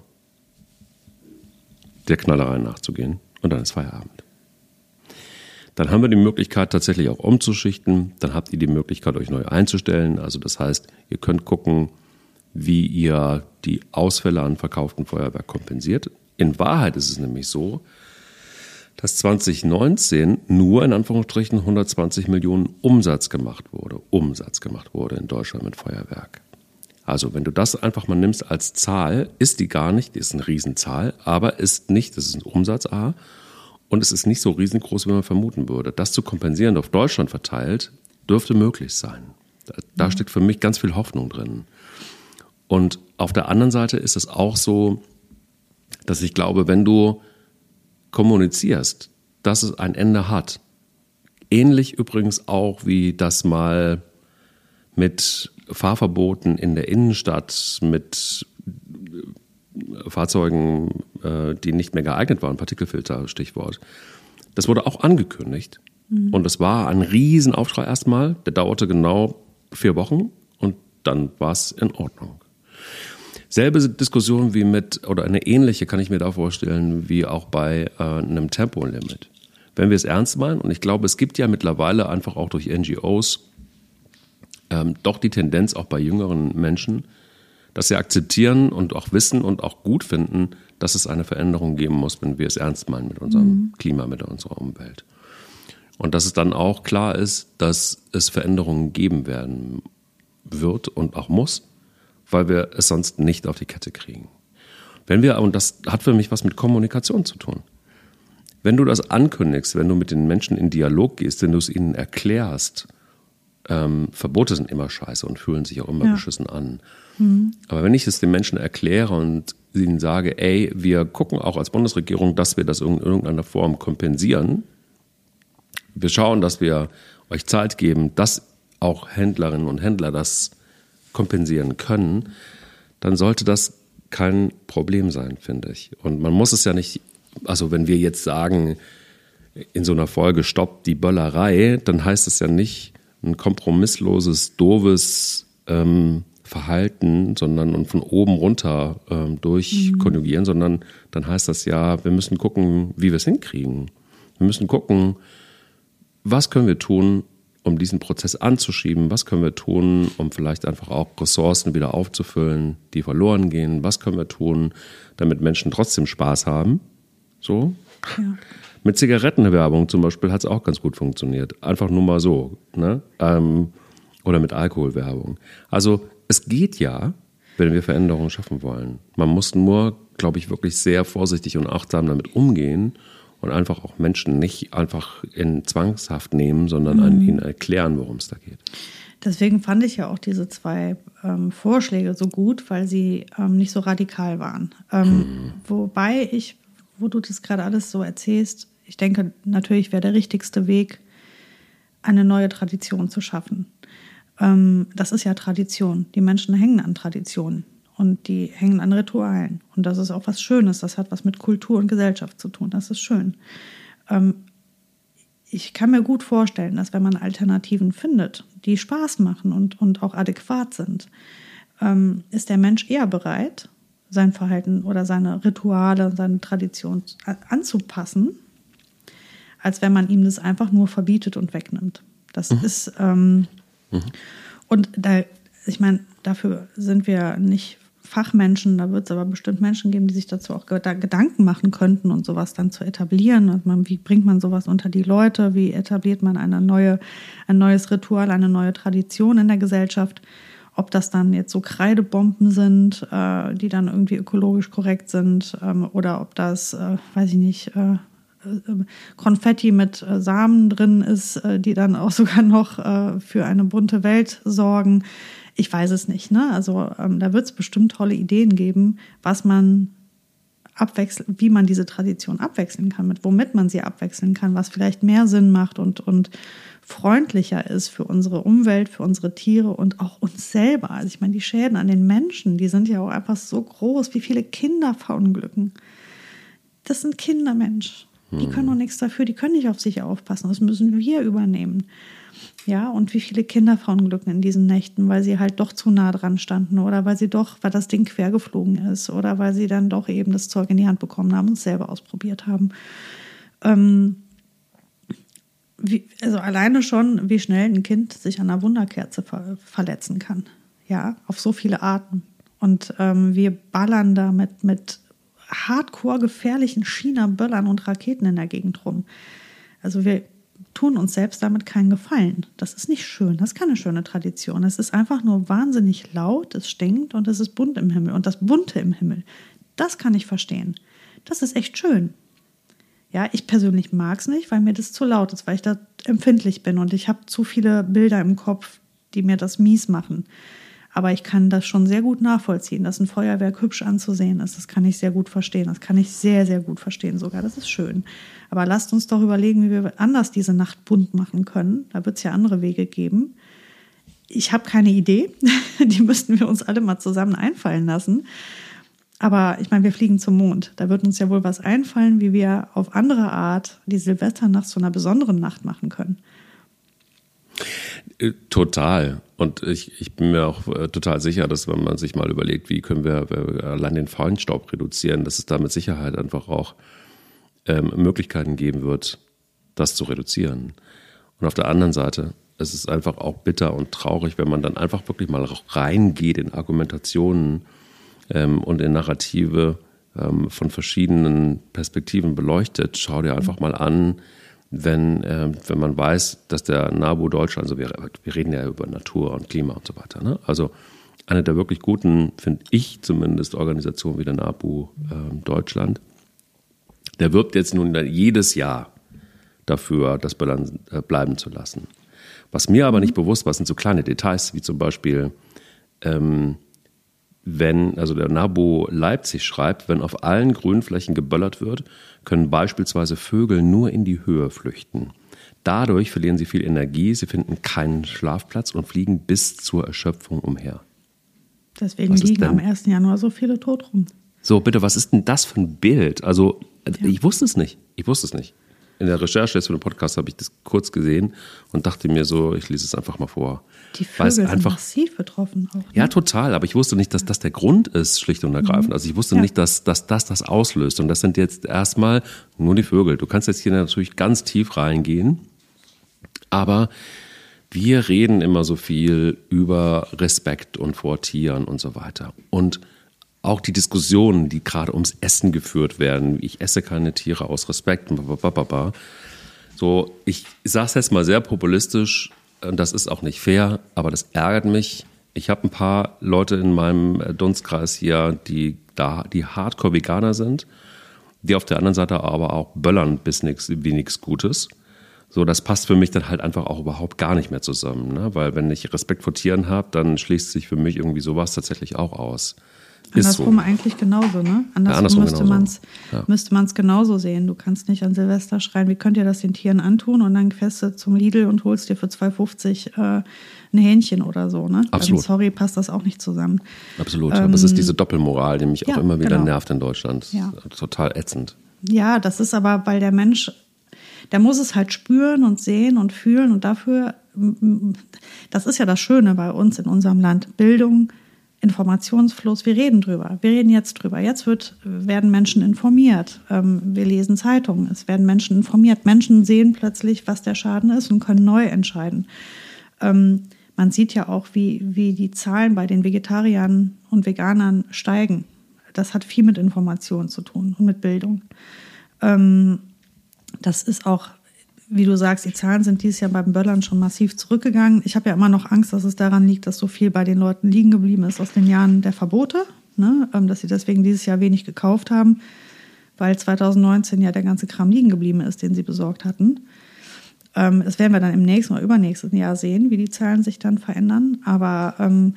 der Knallerei nachzugehen und dann ist Feierabend. Dann haben wir die Möglichkeit, tatsächlich auch umzuschichten. Dann habt ihr die Möglichkeit, euch neu einzustellen. Also das heißt, ihr könnt gucken, wie ihr die Ausfälle an verkauftem Feuerwerk kompensiert. In Wahrheit ist es nämlich so, dass 2019 nur in Anführungsstrichen 120 Millionen Umsatz gemacht wurde in Deutschland mit Feuerwerk. Also wenn du das einfach mal nimmst als Zahl, ist die gar nicht, die ist eine Riesenzahl, aber ist nicht, das ist ein Umsatz A und es ist nicht so riesengroß, wie man vermuten würde. Das zu kompensieren auf Deutschland verteilt, dürfte möglich sein. Da steckt für mich ganz viel Hoffnung drin. Und auf der anderen Seite ist es auch so, dass ich glaube, wenn du kommunizierst, dass es ein Ende hat, ähnlich übrigens auch wie das mal mit Fahrverboten in der Innenstadt, mit Fahrzeugen, die nicht mehr geeignet waren, Partikelfilter, Stichwort. Das wurde auch angekündigt. Und es war ein Riesenaufschrei erstmal. Der dauerte genau 4 Wochen und dann war es in Ordnung. Selbe Diskussion wie oder eine ähnliche kann ich mir da vorstellen, wie auch bei einem Tempolimit. Wenn wir es ernst meinen, und ich glaube, es gibt ja mittlerweile einfach auch durch NGOs doch die Tendenz auch bei jüngeren Menschen, dass sie akzeptieren und auch wissen und auch gut finden, dass es eine Veränderung geben muss, wenn wir es ernst meinen mit unserem Klima, mit unserer Umwelt. Und dass es dann auch klar ist, dass es Veränderungen geben werden wird und auch muss, weil wir es sonst nicht auf die Kette kriegen. Und das hat für mich was mit Kommunikation zu tun. Wenn du das ankündigst, wenn du mit den Menschen in Dialog gehst, wenn du es ihnen erklärst, Verbote sind immer scheiße und fühlen sich auch immer beschissen an. Aber wenn ich es den Menschen erkläre und ihnen sage, ey, wir gucken auch als Bundesregierung, dass wir das in irgendeiner Form kompensieren. Wir schauen, dass wir euch Zeit geben, dass auch Händlerinnen und Händler das kompensieren können, dann sollte das kein Problem sein, finde ich. Und man muss es ja nicht, also wenn wir jetzt sagen, in so einer Folge stoppt die Böllerei, dann heißt es ja nicht ein kompromissloses, doofes Verhalten, sondern und von oben runter durchkonjugieren, sondern dann heißt das ja, wir müssen gucken, wie wir es hinkriegen. Wir müssen gucken, was können wir tun, um diesen Prozess anzuschieben? Was können wir tun, um vielleicht einfach auch Ressourcen wieder aufzufüllen, die verloren gehen? Was können wir tun, damit Menschen trotzdem Spaß haben? So. Ja. Mit Zigarettenwerbung zum Beispiel hat es auch ganz gut funktioniert. Einfach nur mal so. Ne? Oder mit Alkoholwerbung. Also es geht ja, wenn wir Veränderungen schaffen wollen. Man muss nur, glaube ich, wirklich sehr vorsichtig und achtsam damit umgehen und einfach auch Menschen nicht einfach in Zwangshaft nehmen, sondern ihnen erklären, worum es da geht. Deswegen fand ich ja auch diese 2 Vorschläge so gut, weil sie nicht so radikal waren. Wobei wo du das gerade alles so erzählst, ich denke, natürlich wäre der richtigste Weg, eine neue Tradition zu schaffen. Das ist ja Tradition. Die Menschen hängen an Traditionen und die hängen an Ritualen. Und das ist auch was Schönes. Das hat was mit Kultur und Gesellschaft zu tun. Das ist schön. Ich kann mir gut vorstellen, dass wenn man Alternativen findet, die Spaß machen und auch adäquat sind, ist der Mensch eher bereit, sein Verhalten oder seine Rituale, seine Tradition anzupassen, als wenn man ihm das einfach nur verbietet und wegnimmt. Das ist, und da, ich meine, dafür sind wir nicht Fachmenschen, da wird es aber bestimmt Menschen geben, die sich dazu auch Gedanken machen könnten und sowas dann zu etablieren. Also wie bringt man sowas unter die Leute? Wie etabliert man ein neues Ritual, eine neue Tradition in der Gesellschaft? Ob das dann jetzt so Kreidebomben sind, die dann irgendwie ökologisch korrekt sind, oder ob das, weiß ich nicht, Konfetti mit Samen drin ist, die dann auch sogar noch für eine bunte Welt sorgen. Ich weiß es nicht, ne? Also da wird es bestimmt tolle Ideen geben, wie man diese Tradition abwechseln kann, womit man sie abwechseln kann, was vielleicht mehr Sinn macht und freundlicher ist für unsere Umwelt, für unsere Tiere und auch uns selber. Also ich meine, die Schäden an den Menschen, die sind ja auch einfach so groß, wie viele Kinder verunglücken. Das sind Kinder, Mensch. Die können doch nichts dafür, die können nicht auf sich aufpassen. Das müssen wir übernehmen. Ja, und wie viele Kinder verunglücken in diesen Nächten, weil sie halt doch zu nah dran standen oder weil das Ding quer geflogen ist oder weil sie dann doch eben das Zeug in die Hand bekommen haben und es selber ausprobiert haben. Also alleine schon, wie schnell ein Kind sich an einer Wunderkerze verletzen kann. Ja, auf so viele Arten. Und wir ballern da mit hardcore gefährlichen China-Böllern und Raketen in der Gegend rum. Also wir tun uns selbst damit keinen Gefallen. Das ist nicht schön, das ist keine schöne Tradition. Es ist einfach nur wahnsinnig laut, es stinkt und es ist bunt im Himmel. Und das Bunte im Himmel, das kann ich verstehen. Das ist echt schön. Ja, ich persönlich mag es nicht, weil mir das zu laut ist, weil ich da empfindlich bin und ich habe zu viele Bilder im Kopf, die mir das mies machen. Aber ich kann das schon sehr gut nachvollziehen, dass ein Feuerwerk hübsch anzusehen ist. Das kann ich sehr gut verstehen. Das kann ich sehr, sehr gut verstehen sogar. Das ist schön. Aber lasst uns doch überlegen, wie wir anders diese Nacht bunt machen können. Da wird es ja andere Wege geben. Ich habe keine Idee. Die müssten wir uns alle mal zusammen einfallen lassen. Aber ich meine, wir fliegen zum Mond. Da wird uns ja wohl was einfallen, wie wir auf andere Art die Silvesternacht zu einer besonderen Nacht machen können. Total. Und ich bin mir auch total sicher, dass wenn man sich mal überlegt, wie können wir allein den Feinstaub reduzieren, dass es da mit Sicherheit einfach auch Möglichkeiten geben wird, das zu reduzieren. Und auf der anderen Seite, es ist einfach auch bitter und traurig, wenn man dann einfach wirklich mal reingeht in Argumentationen und in Narrative von verschiedenen Perspektiven beleuchtet. Schau dir einfach mal an, wenn man weiß, dass der NABU Deutschland, also wir reden ja über Natur und Klima und so weiter, ne? Also eine der wirklich guten, finde ich zumindest, Organisationen wie der NABU Deutschland, der wirbt jetzt nun jedes Jahr dafür, das bleiben zu lassen. Was mir aber nicht bewusst war, sind so kleine Details, wie zum Beispiel, also der NABU Leipzig schreibt, wenn auf allen Grünflächen geböllert wird, können beispielsweise Vögel nur in die Höhe flüchten. Dadurch verlieren sie viel Energie, sie finden keinen Schlafplatz und fliegen bis zur Erschöpfung umher. Deswegen liegen am 1. Januar so viele tot rum. So, bitte, was ist denn das für ein Bild? Also, ich wusste es nicht. In der Recherche jetzt für den Podcast habe ich das kurz gesehen und dachte mir so, ich lese es einfach mal vor. Die Vögel sind massiv betroffen auch. Ne? Ja, total. Aber ich wusste nicht, dass das der Grund ist, schlicht und ergreifend. Also ich wusste nicht, dass das auslöst. Und das sind jetzt erstmal nur die Vögel. Du kannst jetzt hier natürlich ganz tief reingehen. Aber wir reden immer so viel über Respekt und vor Tieren und so weiter. Und auch die Diskussionen, die gerade ums Essen geführt werden, ich esse keine Tiere aus Respekt, so, ich sage es jetzt mal sehr populistisch, das ist auch nicht fair, aber das ärgert mich. Ich habe ein paar Leute in meinem Dunstkreis hier, die Hardcore-Veganer sind, die auf der anderen Seite aber auch böllern wie nichts Gutes. So, das passt für mich dann halt einfach auch überhaupt gar nicht mehr zusammen, ne? Weil wenn ich Respekt vor Tieren habe, dann schließt sich für mich irgendwie sowas tatsächlich auch aus. Andersrum so. Eigentlich genauso, ne? Andersrum müsste man es genauso sehen. Du kannst nicht an Silvester schreien, wie könnt ihr das den Tieren antun? Und dann fährst du zum Lidl und holst dir für 2,50 ein Hähnchen oder so, ne? Absolut. Also, sorry, passt das auch nicht zusammen. Absolut, aber es ist diese Doppelmoral, die mich auch immer wieder nervt in Deutschland. Ja. Total ätzend. Ja, das ist aber, weil der Mensch, der muss es halt spüren und sehen und fühlen und dafür, das ist ja das Schöne bei uns in unserem Land, Bildung, Informationsfluss, wir reden drüber. Wir reden jetzt drüber. Jetzt werden Menschen informiert. Wir lesen Zeitungen, es werden Menschen informiert. Menschen sehen plötzlich, was der Schaden ist und können neu entscheiden. Man sieht ja auch, wie die Zahlen bei den Vegetariern und Veganern steigen. Das hat viel mit Information zu tun und mit Bildung. Das ist auch, wie du sagst, die Zahlen sind dieses Jahr beim Böllern schon massiv zurückgegangen. Ich habe ja immer noch Angst, dass es daran liegt, dass so viel bei den Leuten liegen geblieben ist aus den Jahren der Verbote, ne? Dass sie deswegen dieses Jahr wenig gekauft haben, weil 2019 ja der ganze Kram liegen geblieben ist, den sie besorgt hatten. Das werden wir dann im nächsten oder übernächsten Jahr sehen, wie die Zahlen sich dann verändern. Aber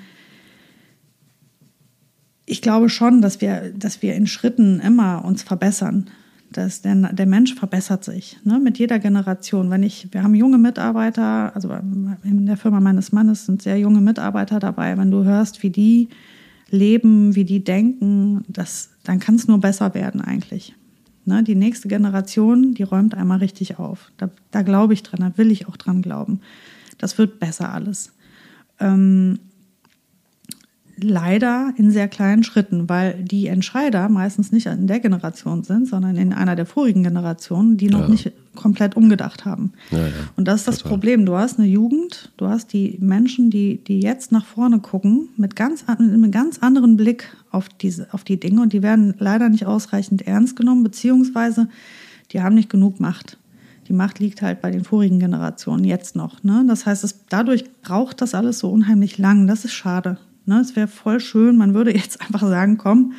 ich glaube schon, dass wir in Schritten immer uns verbessern. Der Mensch verbessert sich, ne, mit jeder Generation. Wir haben junge Mitarbeiter, also in der Firma meines Mannes sind sehr junge Mitarbeiter dabei. Wenn du hörst, wie die leben, wie die denken, dann kann es nur besser werden eigentlich. Ne, die nächste Generation, die räumt einmal richtig auf. Da glaube ich dran, da will ich auch dran glauben. Das wird besser alles. Leider in sehr kleinen Schritten, weil die Entscheider meistens nicht in der Generation sind, sondern in einer der vorigen Generationen, die noch nicht komplett umgedacht haben. Ja. Und das ist das Problem. Du hast eine Jugend, du hast die Menschen, die jetzt nach vorne gucken, mit einem ganz anderen Blick auf die Dinge, und die werden leider nicht ausreichend ernst genommen, beziehungsweise die haben nicht genug Macht. Die Macht liegt halt bei den vorigen Generationen jetzt noch. Ne? Das heißt, dadurch braucht das alles so unheimlich lang. Das ist schade. Ne? Es wäre voll schön, man würde jetzt einfach sagen, komm,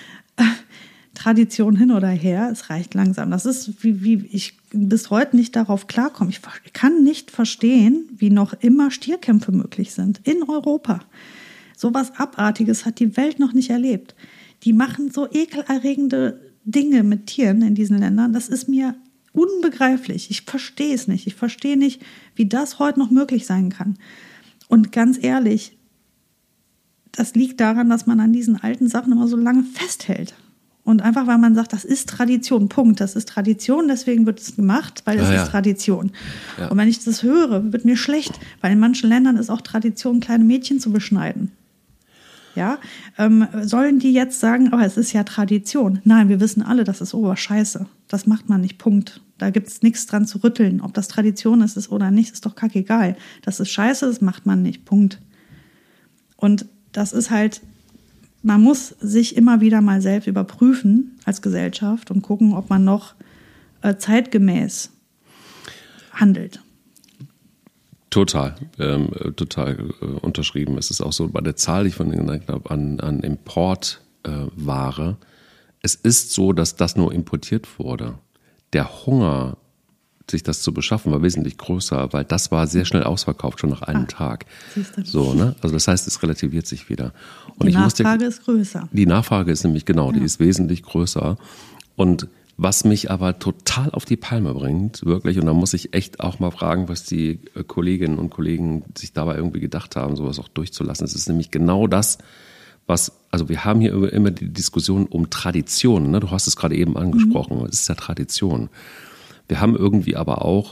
Tradition hin oder her, es reicht langsam. Das ist, wie ich bis heute nicht darauf klarkomme. Ich kann nicht verstehen, wie noch immer Stierkämpfe möglich sind in Europa. Sowas Abartiges hat die Welt noch nicht erlebt. Die machen so ekelerregende Dinge mit Tieren in diesen Ländern. Das ist mir unbegreiflich. Ich verstehe es nicht. Ich verstehe nicht, wie das heute noch möglich sein kann. Und ganz ehrlich, das liegt daran, dass man an diesen alten Sachen immer so lange festhält. Und einfach, weil man sagt, das ist Tradition, Punkt. Das ist Tradition, deswegen wird es gemacht, weil es ist Tradition. Ja. Und wenn ich das höre, wird mir schlecht, weil in manchen Ländern ist auch Tradition, kleine Mädchen zu beschneiden. Ja, sollen die jetzt sagen, aber es ist ja Tradition? Nein, wir wissen alle, das ist Oberscheiße. Das macht man nicht, Punkt. Da gibt es nichts dran zu rütteln. Ob das Tradition ist oder nicht, ist doch kackegal. Das ist scheiße, das macht man nicht, Punkt. Und das ist halt, man muss sich immer wieder mal selbst überprüfen als Gesellschaft und gucken, ob man noch zeitgemäß handelt. Total unterschrieben. Es ist auch so bei der Zahl, die ich von Ihnen genannt habe, an Importware. Es ist so, dass das nur importiert wurde. Der Hunger, sich das zu beschaffen, war wesentlich größer, weil das war sehr schnell ausverkauft, schon nach einem Tag. So, ne? Also das heißt, es relativiert sich wieder. Und die Nachfrage ist größer. Die Nachfrage ist nämlich, die ist wesentlich größer. Und was mich aber total auf die Palme bringt, wirklich, und da muss ich echt auch mal fragen, was die Kolleginnen und Kollegen sich dabei irgendwie gedacht haben, sowas auch durchzulassen. Es ist nämlich genau das, also wir haben hier immer die Diskussion um Tradition, ne? Du hast es gerade eben angesprochen, es ist ja Tradition. Wir haben irgendwie aber auch,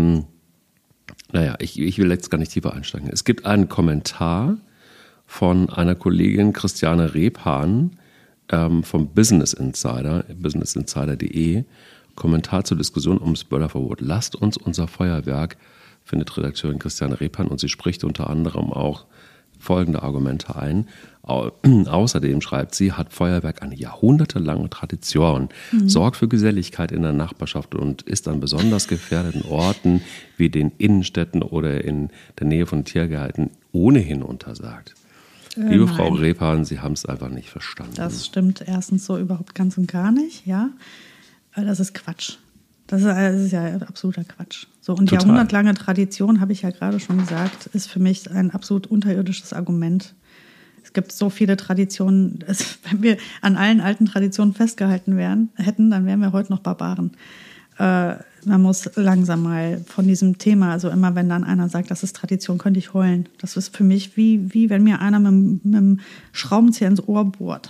ich will jetzt gar nicht tiefer einsteigen. Es gibt einen Kommentar von einer Kollegin, Christiane Rebhahn, vom Business Insider, businessinsider.de, Kommentar zur Diskussion ums Böllerverbot. Lasst uns unser Feuerwerk, findet Redakteurin Christiane Rebhahn, und sie spricht unter anderem auch folgende Argumente ein. Außerdem, schreibt sie, hat Feuerwerk eine jahrhundertelange Tradition, sorgt für Geselligkeit in der Nachbarschaft und ist an besonders gefährdeten Orten wie den Innenstädten oder in der Nähe von Tiergärten ohnehin untersagt. Liebe Frau Rebhahn, Sie haben es einfach nicht verstanden. Das stimmt erstens so überhaupt ganz und gar nicht, ja. Das ist Quatsch. Das ist ja absoluter Quatsch. So, und Total. Jahrhundertlange Tradition, habe ich ja gerade schon gesagt, ist für mich ein absolut unterirdisches Argument. Es gibt so viele Traditionen. Wenn wir an allen alten Traditionen festgehalten hätten, dann wären wir heute noch Barbaren. Man muss langsam mal von diesem Thema, also immer wenn dann einer sagt, das ist Tradition, könnte ich heulen. Das ist für mich wie wenn mir einer mit dem Schraubenzieher ins Ohr bohrt.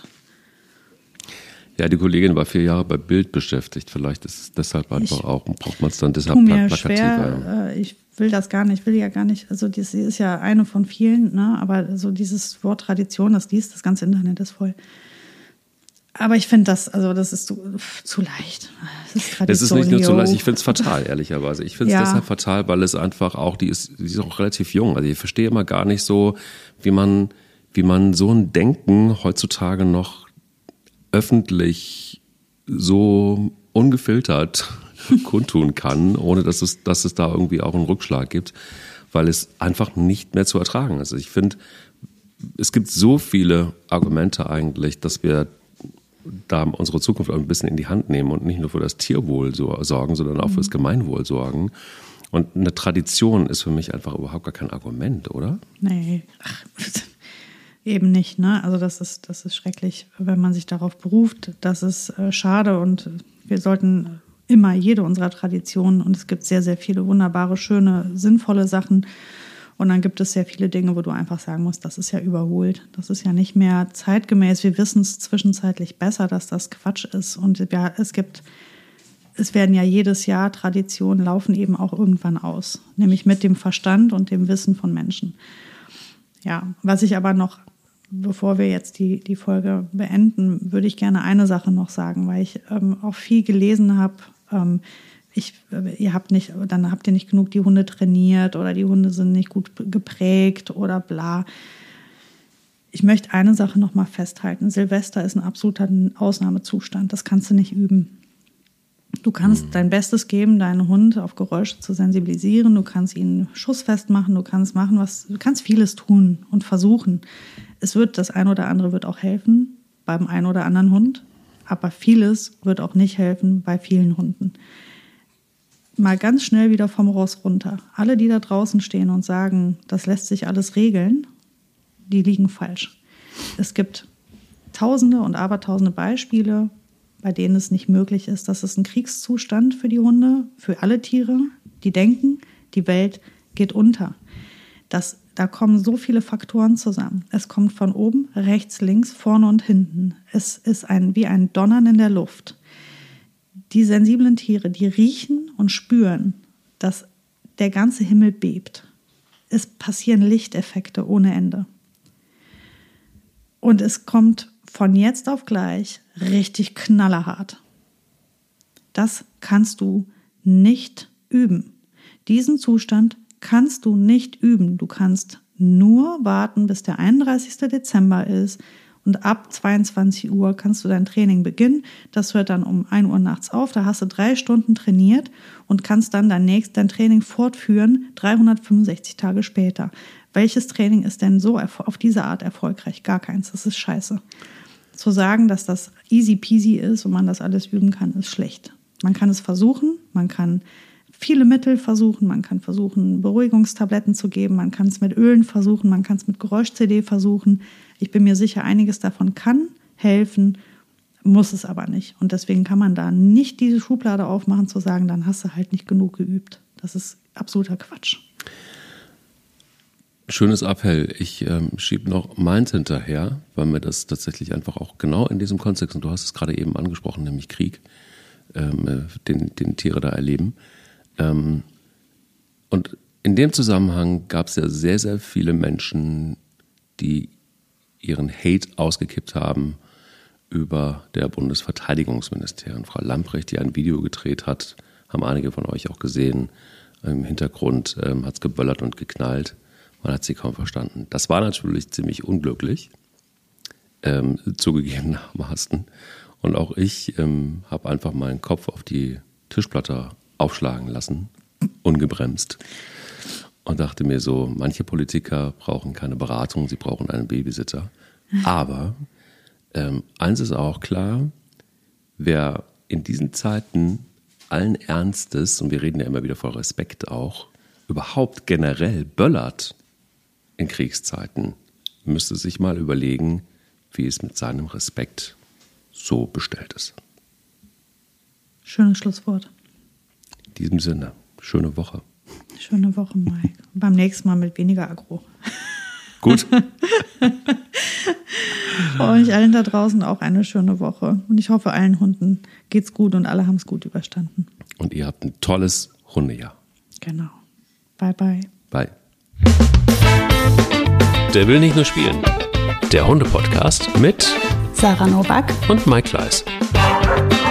Ja, die Kollegin war 4 Jahre bei Bild beschäftigt. Vielleicht ist es deshalb einfach auch, braucht man es dann deshalb plakativer. Ich will das gar nicht, will ja gar nicht. Also das ist ja eine von vielen, ne? Aber so dieses Wort Tradition, das ganze Internet ist voll. Aber ich finde das ist zu leicht. Es ist nicht nur zu leicht, ich finde es fatal, ehrlicherweise. Ich finde es deshalb fatal, weil es einfach auch, die ist auch relativ jung. Also ich verstehe immer gar nicht so, wie man so ein Denken heutzutage noch öffentlich so ungefiltert kundtun kann, ohne dass es da irgendwie auch einen Rückschlag gibt, weil es einfach nicht mehr zu ertragen ist. Ich finde, es gibt so viele Argumente eigentlich, dass wir da unsere Zukunft auch ein bisschen in die Hand nehmen und nicht nur für das Tierwohl sorgen, sondern auch fürs Gemeinwohl sorgen. Und eine Tradition ist für mich einfach überhaupt gar kein Argument, oder? Nee, eben nicht, ne? Also das ist schrecklich, wenn man sich darauf beruft. Das ist schade und wir sollten immer jede unserer Traditionen, und es gibt sehr, sehr viele wunderbare, schöne, sinnvolle Sachen. Und dann gibt es sehr viele Dinge, wo du einfach sagen musst, das ist ja überholt. Das ist ja nicht mehr zeitgemäß. Wir wissen es zwischenzeitlich besser, dass das Quatsch ist. Und es werden ja jedes Jahr Traditionen laufen eben auch irgendwann aus. Nämlich mit dem Verstand und dem Wissen von Menschen. Ja, was ich aber noch, bevor wir jetzt die Folge beenden, würde ich gerne eine Sache noch sagen, weil ich auch viel gelesen habe. Dann habt ihr nicht genug die Hunde trainiert oder die Hunde sind nicht gut geprägt oder bla. Ich möchte eine Sache noch mal festhalten. Silvester ist ein absoluter Ausnahmezustand. Das kannst du nicht üben. Du kannst dein Bestes geben, deinen Hund auf Geräusche zu sensibilisieren. Du kannst ihn schussfest machen. Du kannst vieles tun und versuchen. Das ein oder andere wird auch helfen beim einen oder anderen Hund. Aber vieles wird auch nicht helfen bei vielen Hunden. Mal ganz schnell wieder vom Ross runter. Alle, die da draußen stehen und sagen, das lässt sich alles regeln, die liegen falsch. Es gibt Tausende und Abertausende Beispiele, bei denen es nicht möglich ist. Das ist ein Kriegszustand für die Hunde, für alle Tiere, die denken, die Welt geht unter. Da kommen so viele Faktoren zusammen. Es kommt von oben, rechts, links, vorne und hinten. Es ist wie ein Donnern in der Luft. Die sensiblen Tiere, die riechen und spüren, dass der ganze Himmel bebt. Es passieren Lichteffekte ohne Ende. Und es kommt von jetzt auf gleich richtig knallerhart. Das kannst du nicht üben. Diesen Zustand kannst du nicht üben. Du kannst nur warten, bis der 31. Dezember ist und ab 22 Uhr kannst du dein Training beginnen. Das hört dann um 1 Uhr nachts auf. Da hast du 3 Stunden trainiert und kannst dann dein Training fortführen, 365 Tage später. Welches Training ist denn so auf diese Art erfolgreich? Gar keins. Das ist scheiße. Zu sagen, dass das easy peasy ist und man das alles üben kann, ist schlecht. Man kann es versuchen, man kann viele Mittel versuchen, man kann versuchen, Beruhigungstabletten zu geben, man kann es mit Ölen versuchen, man kann es mit Geräusch-CD versuchen. Ich bin mir sicher, einiges davon kann helfen, muss es aber nicht. Und deswegen kann man da nicht diese Schublade aufmachen, zu sagen, dann hast du halt nicht genug geübt. Das ist absoluter Quatsch. Schönes Appell. Ich schiebe noch meins hinterher, weil mir das tatsächlich einfach auch genau in diesem Kontext, und du hast es gerade eben angesprochen, nämlich Krieg, den Tiere da erleben. Und in dem Zusammenhang gab es ja sehr, sehr viele Menschen, die ihren Hate ausgekippt haben über der Bundesverteidigungsministerin, Frau Lambrecht, die ein Video gedreht hat, haben einige von euch auch gesehen. Im Hintergrund hat es geböllert und geknallt. Man hat sie kaum verstanden. Das war natürlich ziemlich unglücklich, zugegebenermaßen. Und auch ich habe einfach meinen Kopf auf die Tischplatte aufschlagen lassen, ungebremst. Und dachte mir so, manche Politiker brauchen keine Beratung, sie brauchen einen Babysitter. Aber eins ist auch klar, wer in diesen Zeiten allen Ernstes, und wir reden ja immer wieder vor Respekt auch, überhaupt generell böllert in Kriegszeiten, müsste sich mal überlegen, wie es mit seinem Respekt so bestellt ist. Schönes Schlusswort. In diesem Sinne, schöne Woche. Schöne Woche, Mike. Beim nächsten Mal mit weniger Aggro. Gut. Euch allen da draußen auch eine schöne Woche. Und ich hoffe, allen Hunden geht's gut und alle haben es gut überstanden. Und ihr habt ein tolles Hundejahr. Genau. Bye, bye. Bye. Der will nicht nur spielen. Der Hunde-Podcast mit Sarah Novak und Mike Kleiss.